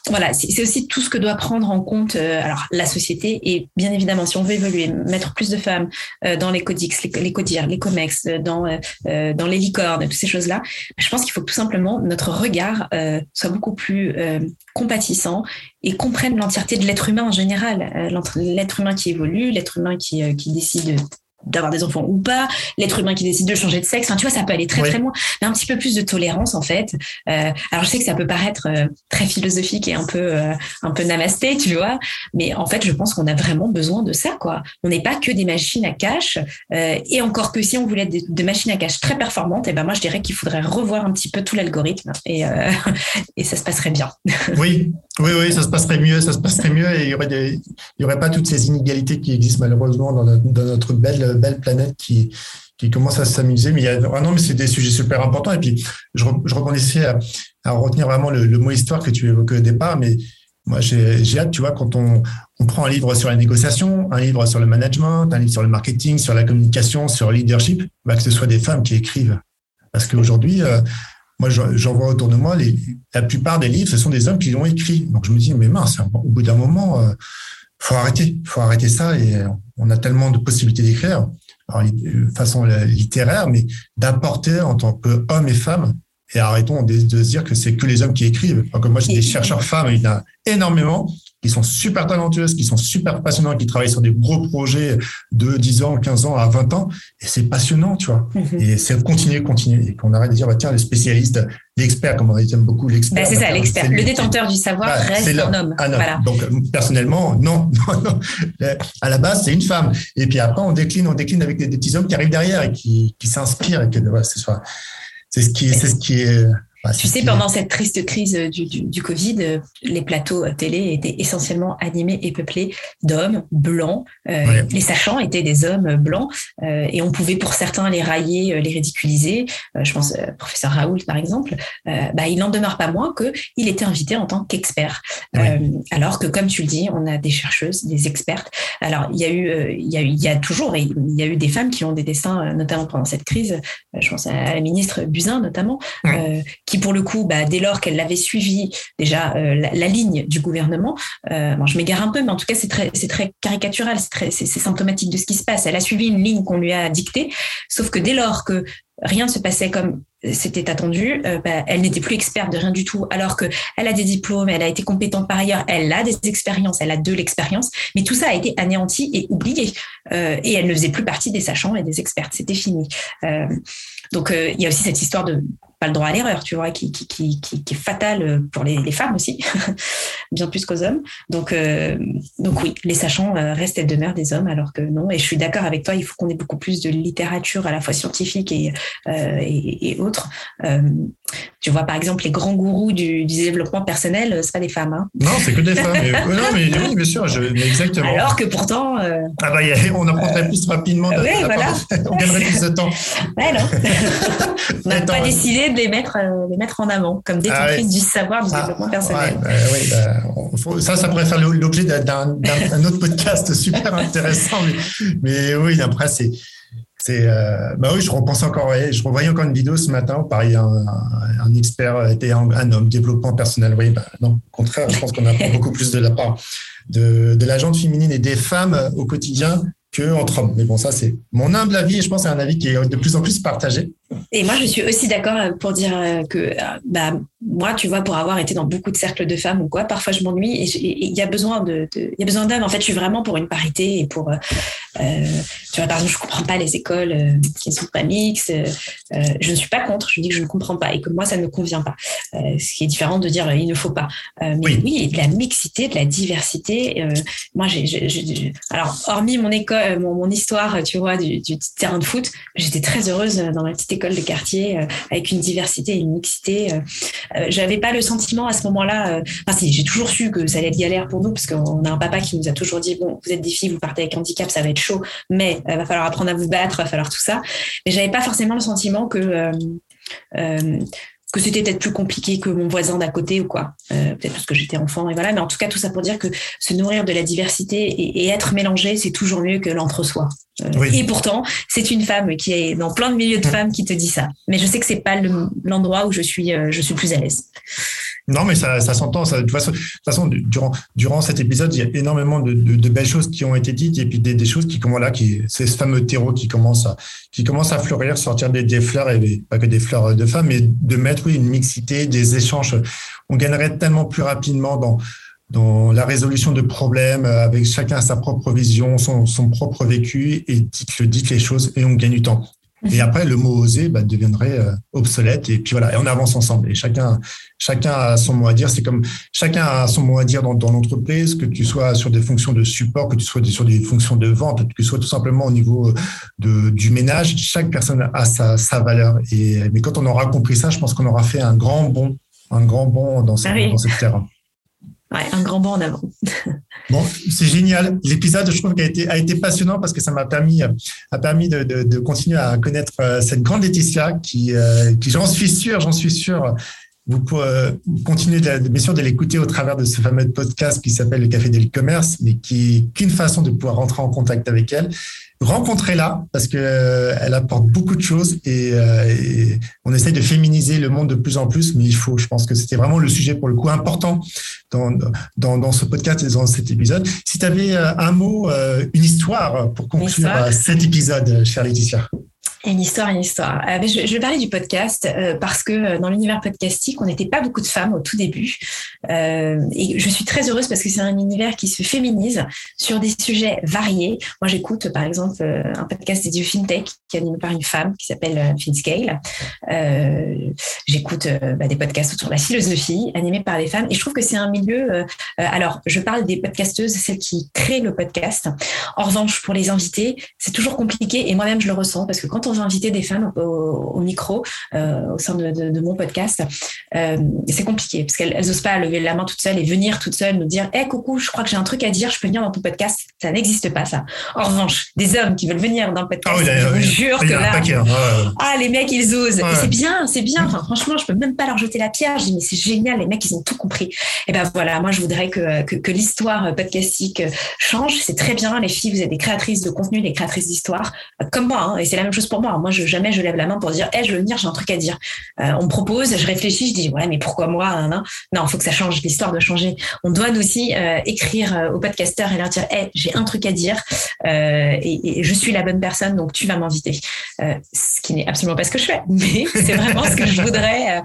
voilà, c'est aussi tout ce que doit prendre en compte alors la société et bien évidemment si on veut évoluer, mettre plus de femmes dans les Codex, les CODIR, les COMEX, dans les licornes, toutes ces choses-là, je pense qu'il faut que tout simplement notre regard soit beaucoup plus compatissant et comprenne l'entièreté de l'être humain en général, l'être humain qui évolue, l'être humain qui décide d'avoir des enfants ou pas, l'être humain qui décide de changer de sexe, enfin, tu vois, ça peut aller très très loin, mais un petit peu plus de tolérance en fait. Alors je sais que ça peut paraître très philosophique et un peu namasté, tu vois, mais en fait je pense qu'on a vraiment besoin de ça, quoi. On n'est pas que des machines à cash, et encore que si on voulait être des machines à cash très performantes, et ben moi je dirais qu'il faudrait revoir un petit peu tout l'algorithme et ça se passerait bien. Oui, ça se passerait mieux et il y aurait pas toutes ces inégalités qui existent malheureusement dans notre belle planète qui commence à s'amuser. Mais mais c'est des sujets super importants. Et puis, je rebondissais à retenir vraiment le mot histoire que tu évoquais au départ. Mais moi, j'ai hâte, tu vois, quand on prend un livre sur la négociation, un livre sur le management, un livre sur le marketing, sur la communication, sur le leadership, que ce soit des femmes qui écrivent. Parce qu'aujourd'hui, moi, j'en vois autour de moi, la plupart des livres, ce sont des hommes qui l'ont écrit. Donc, je me dis, mais mince, au bout d'un moment, faut arrêter ça. Et on a tellement de possibilités d'écrire, alors, de façon littéraire, mais d'apporter en tant qu'hommes et femmes. Et arrêtons de se dire que c'est que les hommes qui écrivent. Donc, moi, j'ai des chercheurs femmes, il y en a énormément, qui sont super talentueuses, qui sont super passionnantes, qui travaillent sur des gros projets de 10 ans, 15 ans à 20 ans. Et c'est passionnant, tu vois. Et c'est continuer. Et qu'on arrête de dire, tiens, le spécialiste, l'expert, comme on aime beaucoup l'expert. C'est ça, l'expert. Le détenteur du savoir reste un homme. Voilà. Donc, personnellement, non. À la base, c'est une femme. Et puis après, on décline avec des petits hommes qui arrivent derrière et qui s'inspirent. C'est ce qui est. Tu sais, pendant cette triste crise du Covid, les plateaux télé étaient essentiellement animés et peuplés d'hommes blancs. Les sachants étaient des hommes blancs et on pouvait pour certains les railler, les ridiculiser. Je pense professeur Raoult, par exemple. Il n'en demeure pas moins qu'il était invité en tant qu'expert. Alors que, comme tu le dis, on a des chercheuses, des expertes. Alors, il y a eu des femmes qui ont des destins, notamment pendant cette crise. Je pense à la ministre Buzyn, notamment, qui pour le coup, dès lors qu'elle avait suivi déjà la ligne du gouvernement, je m'égare un peu, mais en tout cas c'est très caricatural, c'est symptomatique de ce qui se passe. Elle a suivi une ligne qu'on lui a dictée, sauf que dès lors que rien ne se passait comme c'était attendu, elle n'était plus experte de rien du tout, alors que elle a des diplômes, elle a été compétente par ailleurs, elle a des expériences, elle a de l'expérience, mais tout ça a été anéanti et oublié, et elle ne faisait plus partie des sachants et des expertes, c'était fini. Donc il y a aussi cette histoire de pas le droit à l'erreur, tu vois, qui est fatale pour les femmes aussi, bien plus qu'aux hommes. Donc oui, les sachants restent et demeurent des hommes, alors que non. Et je suis d'accord avec toi, il faut qu'on ait beaucoup plus de littérature à la fois scientifique et autres. Tu vois, par exemple, les grands gourous du développement personnel, c'est pas des femmes. Hein. Non, c'est que des femmes. Non, mais oui, bien sûr, exactement. Alors que pourtant... on apprendrait plus rapidement. Voilà. On gagnerait plus de temps. Ouais, non. On n'a pas décidé de les mettre en avant, comme détentrices du savoir du développement personnel. Ça pourrait faire l'objet d'un autre podcast super intéressant. Mais oui, après, je repense encore, je revoyais encore une vidéo ce matin où pareil, un expert était un homme, développement personnel. Oui, non, au contraire, je pense qu'on apprend beaucoup plus de la part de la gente féminine et des femmes au quotidien qu'entre hommes. Mais bon, ça, c'est mon humble avis et je pense que c'est un avis qui est de plus en plus partagé. Et moi, je suis aussi d'accord pour dire que moi, tu vois, pour avoir été dans beaucoup de cercles de femmes ou quoi, parfois je m'ennuie et il y a besoin il y a besoin d'hommes. En fait, je suis vraiment pour une parité et pour, tu vois, par exemple, je comprends pas les écoles qui ne sont pas mixtes. Je ne suis pas contre. Je dis que je ne comprends pas et que moi, ça ne me convient pas. Ce qui est différent de dire il ne faut pas. Mais oui, de la mixité, de la diversité. Moi, alors, hormis mon école, mon histoire, tu vois, du terrain de foot, j'étais très heureuse dans ma petite école de quartier avec une diversité et une mixité. J'avais pas le sentiment à ce moment-là. Si, j'ai toujours su que ça allait être galère pour nous parce qu'on a un papa qui nous a toujours dit bon, vous êtes des filles, vous partez avec handicap, ça va être chaud, mais va falloir apprendre à vous battre, va falloir tout ça. Mais j'avais pas forcément le sentiment que c'était peut-être plus compliqué que mon voisin d'à côté ou quoi. Peut-être parce que j'étais enfant et voilà. Mais en tout cas, tout ça pour dire que se nourrir de la diversité et être mélangé, c'est toujours mieux que l'entre-soi. Et pourtant, c'est une femme qui est dans plein de milieux de femmes qui te dit ça. Mais je sais que c'est pas l'endroit où je suis plus à l'aise. Non, mais ça s'entend. De toute façon, durant cet épisode, il y a énormément de belles choses qui ont été dites et puis des choses c'est ce fameux terreau qui commence à fleurir, sortir des fleurs et pas que des fleurs de femmes, mais de mettre une mixité, des échanges. On gagnerait tellement plus rapidement dans la résolution de problèmes avec chacun sa propre vision, son propre vécu et dites les choses et on gagne du temps. Et après, le mot oser deviendrait obsolète. Et puis voilà, et on avance ensemble. Et chacun a son mot à dire. C'est comme chacun a son mot à dire dans l'entreprise, que tu sois sur des fonctions de support, que tu sois sur des fonctions de vente, que tu sois tout simplement au niveau du ménage. Chaque personne a sa valeur. Mais quand on aura compris ça, je pense qu'on aura fait un grand bond dans cette terre. Ouais, un grand bond en avant. Bon, c'est génial. L'épisode, je trouve, a été passionnant parce que ça m'a permis de continuer à connaître cette grande Laetitia qui j'en suis sûr, vous pouvez continuer bien sûr de l'écouter au travers de ce fameux podcast qui s'appelle Le Café de l'e-commerce, mais qui est qu'une façon de pouvoir rentrer en contact avec elle. Rencontrez-la parce que elle apporte beaucoup de choses et on essaie de féminiser le monde de plus en plus, mais je pense que c'était vraiment le sujet pour le coup important dans ce podcast et dans cet épisode. Si tu avais un mot, une histoire pour conclure cet épisode, chère Laetitia. Une histoire. Je vais parler du podcast parce que dans l'univers podcastique, on n'était pas beaucoup de femmes au tout début. Et je suis très heureuse parce que c'est un univers qui se féminise sur des sujets variés. Moi, j'écoute par exemple un podcast dédié au FinTech qui est animé par une femme qui s'appelle FinScale. J'écoute des podcasts autour de la philosophie animés par des femmes. Et je trouve que c'est un milieu... alors, je parle des podcasteuses, celles qui créent le podcast. En revanche, pour les invités, c'est toujours compliqué et moi-même, je le ressens parce que quand on veut inviter des femmes au micro au sein de mon podcast, c'est compliqué parce qu'elles n'osent pas lever la main toute seule et venir toute seule nous dire « coucou, je crois que j'ai un truc à dire, je peux venir dans ton podcast ». Ça n'existe pas, ça. En revanche, des hommes qui veulent venir dans le podcast, je vous jure que là... les mecs, ils osent. Ouais. Et c'est bien. Enfin, franchement, je peux même pas leur jeter la pierre. Je dis, mais c'est génial, les mecs, ils ont tout compris. Et ben voilà, moi, je voudrais que l'histoire podcastique change. C'est très bien, les filles, vous êtes des créatrices de contenu, des créatrices d'histoire, comme moi, et c'est la même chose pour moi. Moi, jamais je lève la main pour dire, je veux venir, j'ai un truc à dire. On me propose, je réfléchis, je dis, ouais, mais pourquoi moi? Non, il faut que ça change, l'histoire doit changer. On doit aussi écrire aux podcasteurs et leur dire, j'ai un truc à dire et je suis la bonne personne, donc tu vas m'inviter. Ce qui n'est absolument pas ce que je fais, mais c'est vraiment ce que je voudrais.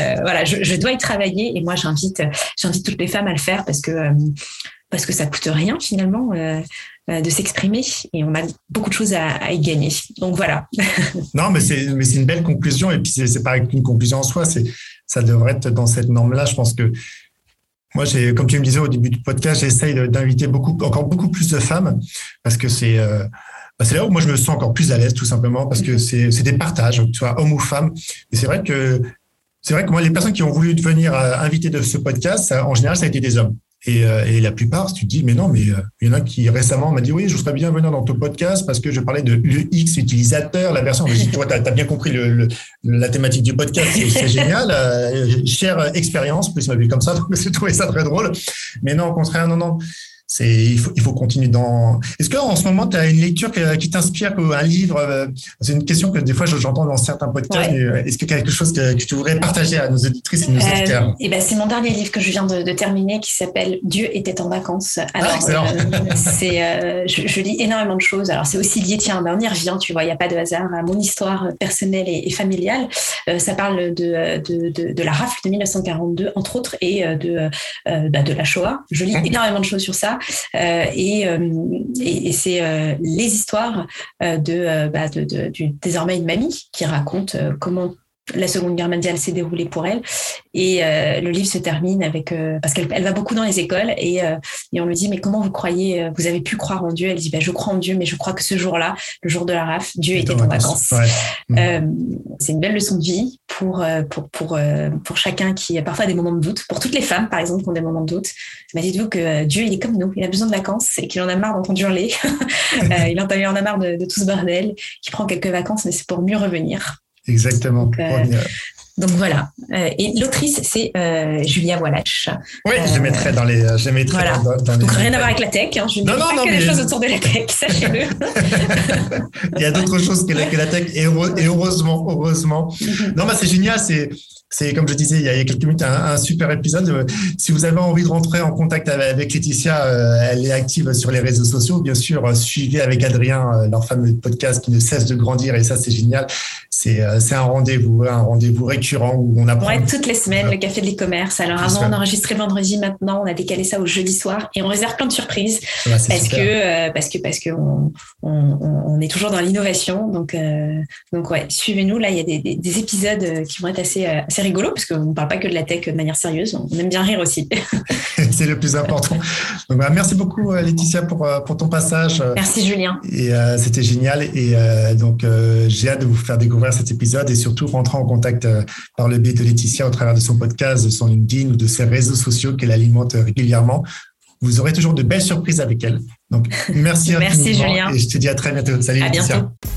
Je dois y travailler et moi, j'invite toutes les femmes à le faire parce que ça coûte rien finalement de s'exprimer et on a beaucoup de choses à y gagner. Donc voilà. Non, mais c'est une belle conclusion et puis c'est pas une conclusion en soi, ça devrait être dans cette norme-là. Je pense que moi, comme tu me disais au début du podcast, j'essaye d'inviter encore beaucoup plus de femmes parce que c'est là où moi je me sens encore plus à l'aise tout simplement parce que c'est des partages, que tu sois homme ou femme. Et c'est vrai que moi, les personnes qui ont voulu devenir invitées de ce podcast, en général, ça a été des hommes. Et la plupart, tu te dis, mais non, mais il y en a qui récemment m'a dit, oui, je serais bien venir dans ton podcast parce que je parlais de l'UX utilisateur, la version. Je dis, toi, t'as bien compris la thématique du podcast, c'est génial. Chère expérience, plus ma vie comme ça, donc j'ai trouvé ça très drôle. Mais non, au contraire, non. Il faut continuer dans. Est-ce qu'en ce moment, tu as une lecture qui t'inspire, un livre? C'est une question que des fois j'entends dans certains podcasts. Ouais. Mais est-ce qu'il y a quelque chose que tu voudrais partager à nos auditrices et nos auditeurs? C'est mon dernier livre que je viens de terminer qui s'appelle Dieu était en vacances. Alors, je lis énormément de choses. Alors, c'est aussi lié, on y revient, tu vois, il n'y a pas de hasard à mon histoire personnelle et familiale. Ça parle de la rafle de 1942, entre autres, et de la Shoah. Je lis énormément de choses sur ça. Et c'est les histoires du désormais une mamie qui raconte comment la Seconde Guerre mondiale s'est déroulée pour elle. Et le livre se termine avec parce qu'elle va beaucoup dans les écoles et on lui dit mais comment vous avez pu croire en Dieu? Elle dit je crois en Dieu, mais je crois que ce jour-là, le jour de la rafle, Dieu était en vacances. Ouais. C'est une belle leçon de vie pour chacun qui a parfois des moments de doute, pour toutes les femmes par exemple qui ont des moments de doute. Dites-vous que Dieu il est comme nous, il a besoin de vacances et qu'il en a marre d'entendre hurler. Il en a marre de tout ce bordel, qu'il prend quelques vacances mais c'est pour mieux revenir. Exactement. Donc voilà. Et l'autrice, c'est Julia Wallach. Oui, je mettrai dans les. Voilà. Donc rien à voir avec la tech. Je ne dis pas que des choses autour de la tech, sachez-le. Il y a d'autres choses que la tech, et heureusement. Non, c'est génial. C'est comme je disais il y a quelques minutes un super épisode. Si vous avez envie de rentrer en contact avec Laetitia, elle est active sur les réseaux sociaux. Bien sûr, suivez avec Adrien leur fameux podcast qui ne cesse de grandir et ça c'est génial. C'est un rendez-vous récurrent où on apprend. Ouais, toutes les semaines, le café de l'e-commerce. Alors avant, on enregistrait vendredi, maintenant on a décalé ça au jeudi soir et on réserve plein de surprises parce que on est toujours dans l'innovation. Donc ouais, suivez-nous. Là, il y a des épisodes qui vont être assez rigolos parce qu'on ne parle pas que de la tech de manière sérieuse. On aime bien rire aussi. C'est le plus important. Donc, merci beaucoup Laetitia pour ton passage. Merci Julien. Et c'était génial. Et donc j'ai hâte de vous faire découvrir cet épisode et surtout rentrer en contact par le biais de Laetitia au travers de son podcast, de son LinkedIn ou de ses réseaux sociaux qu'elle alimente régulièrement. Vous aurez toujours de belles surprises avec elle. Donc, merci Julien. Et je te dis à très bientôt. Salut Laetitia. À bientôt.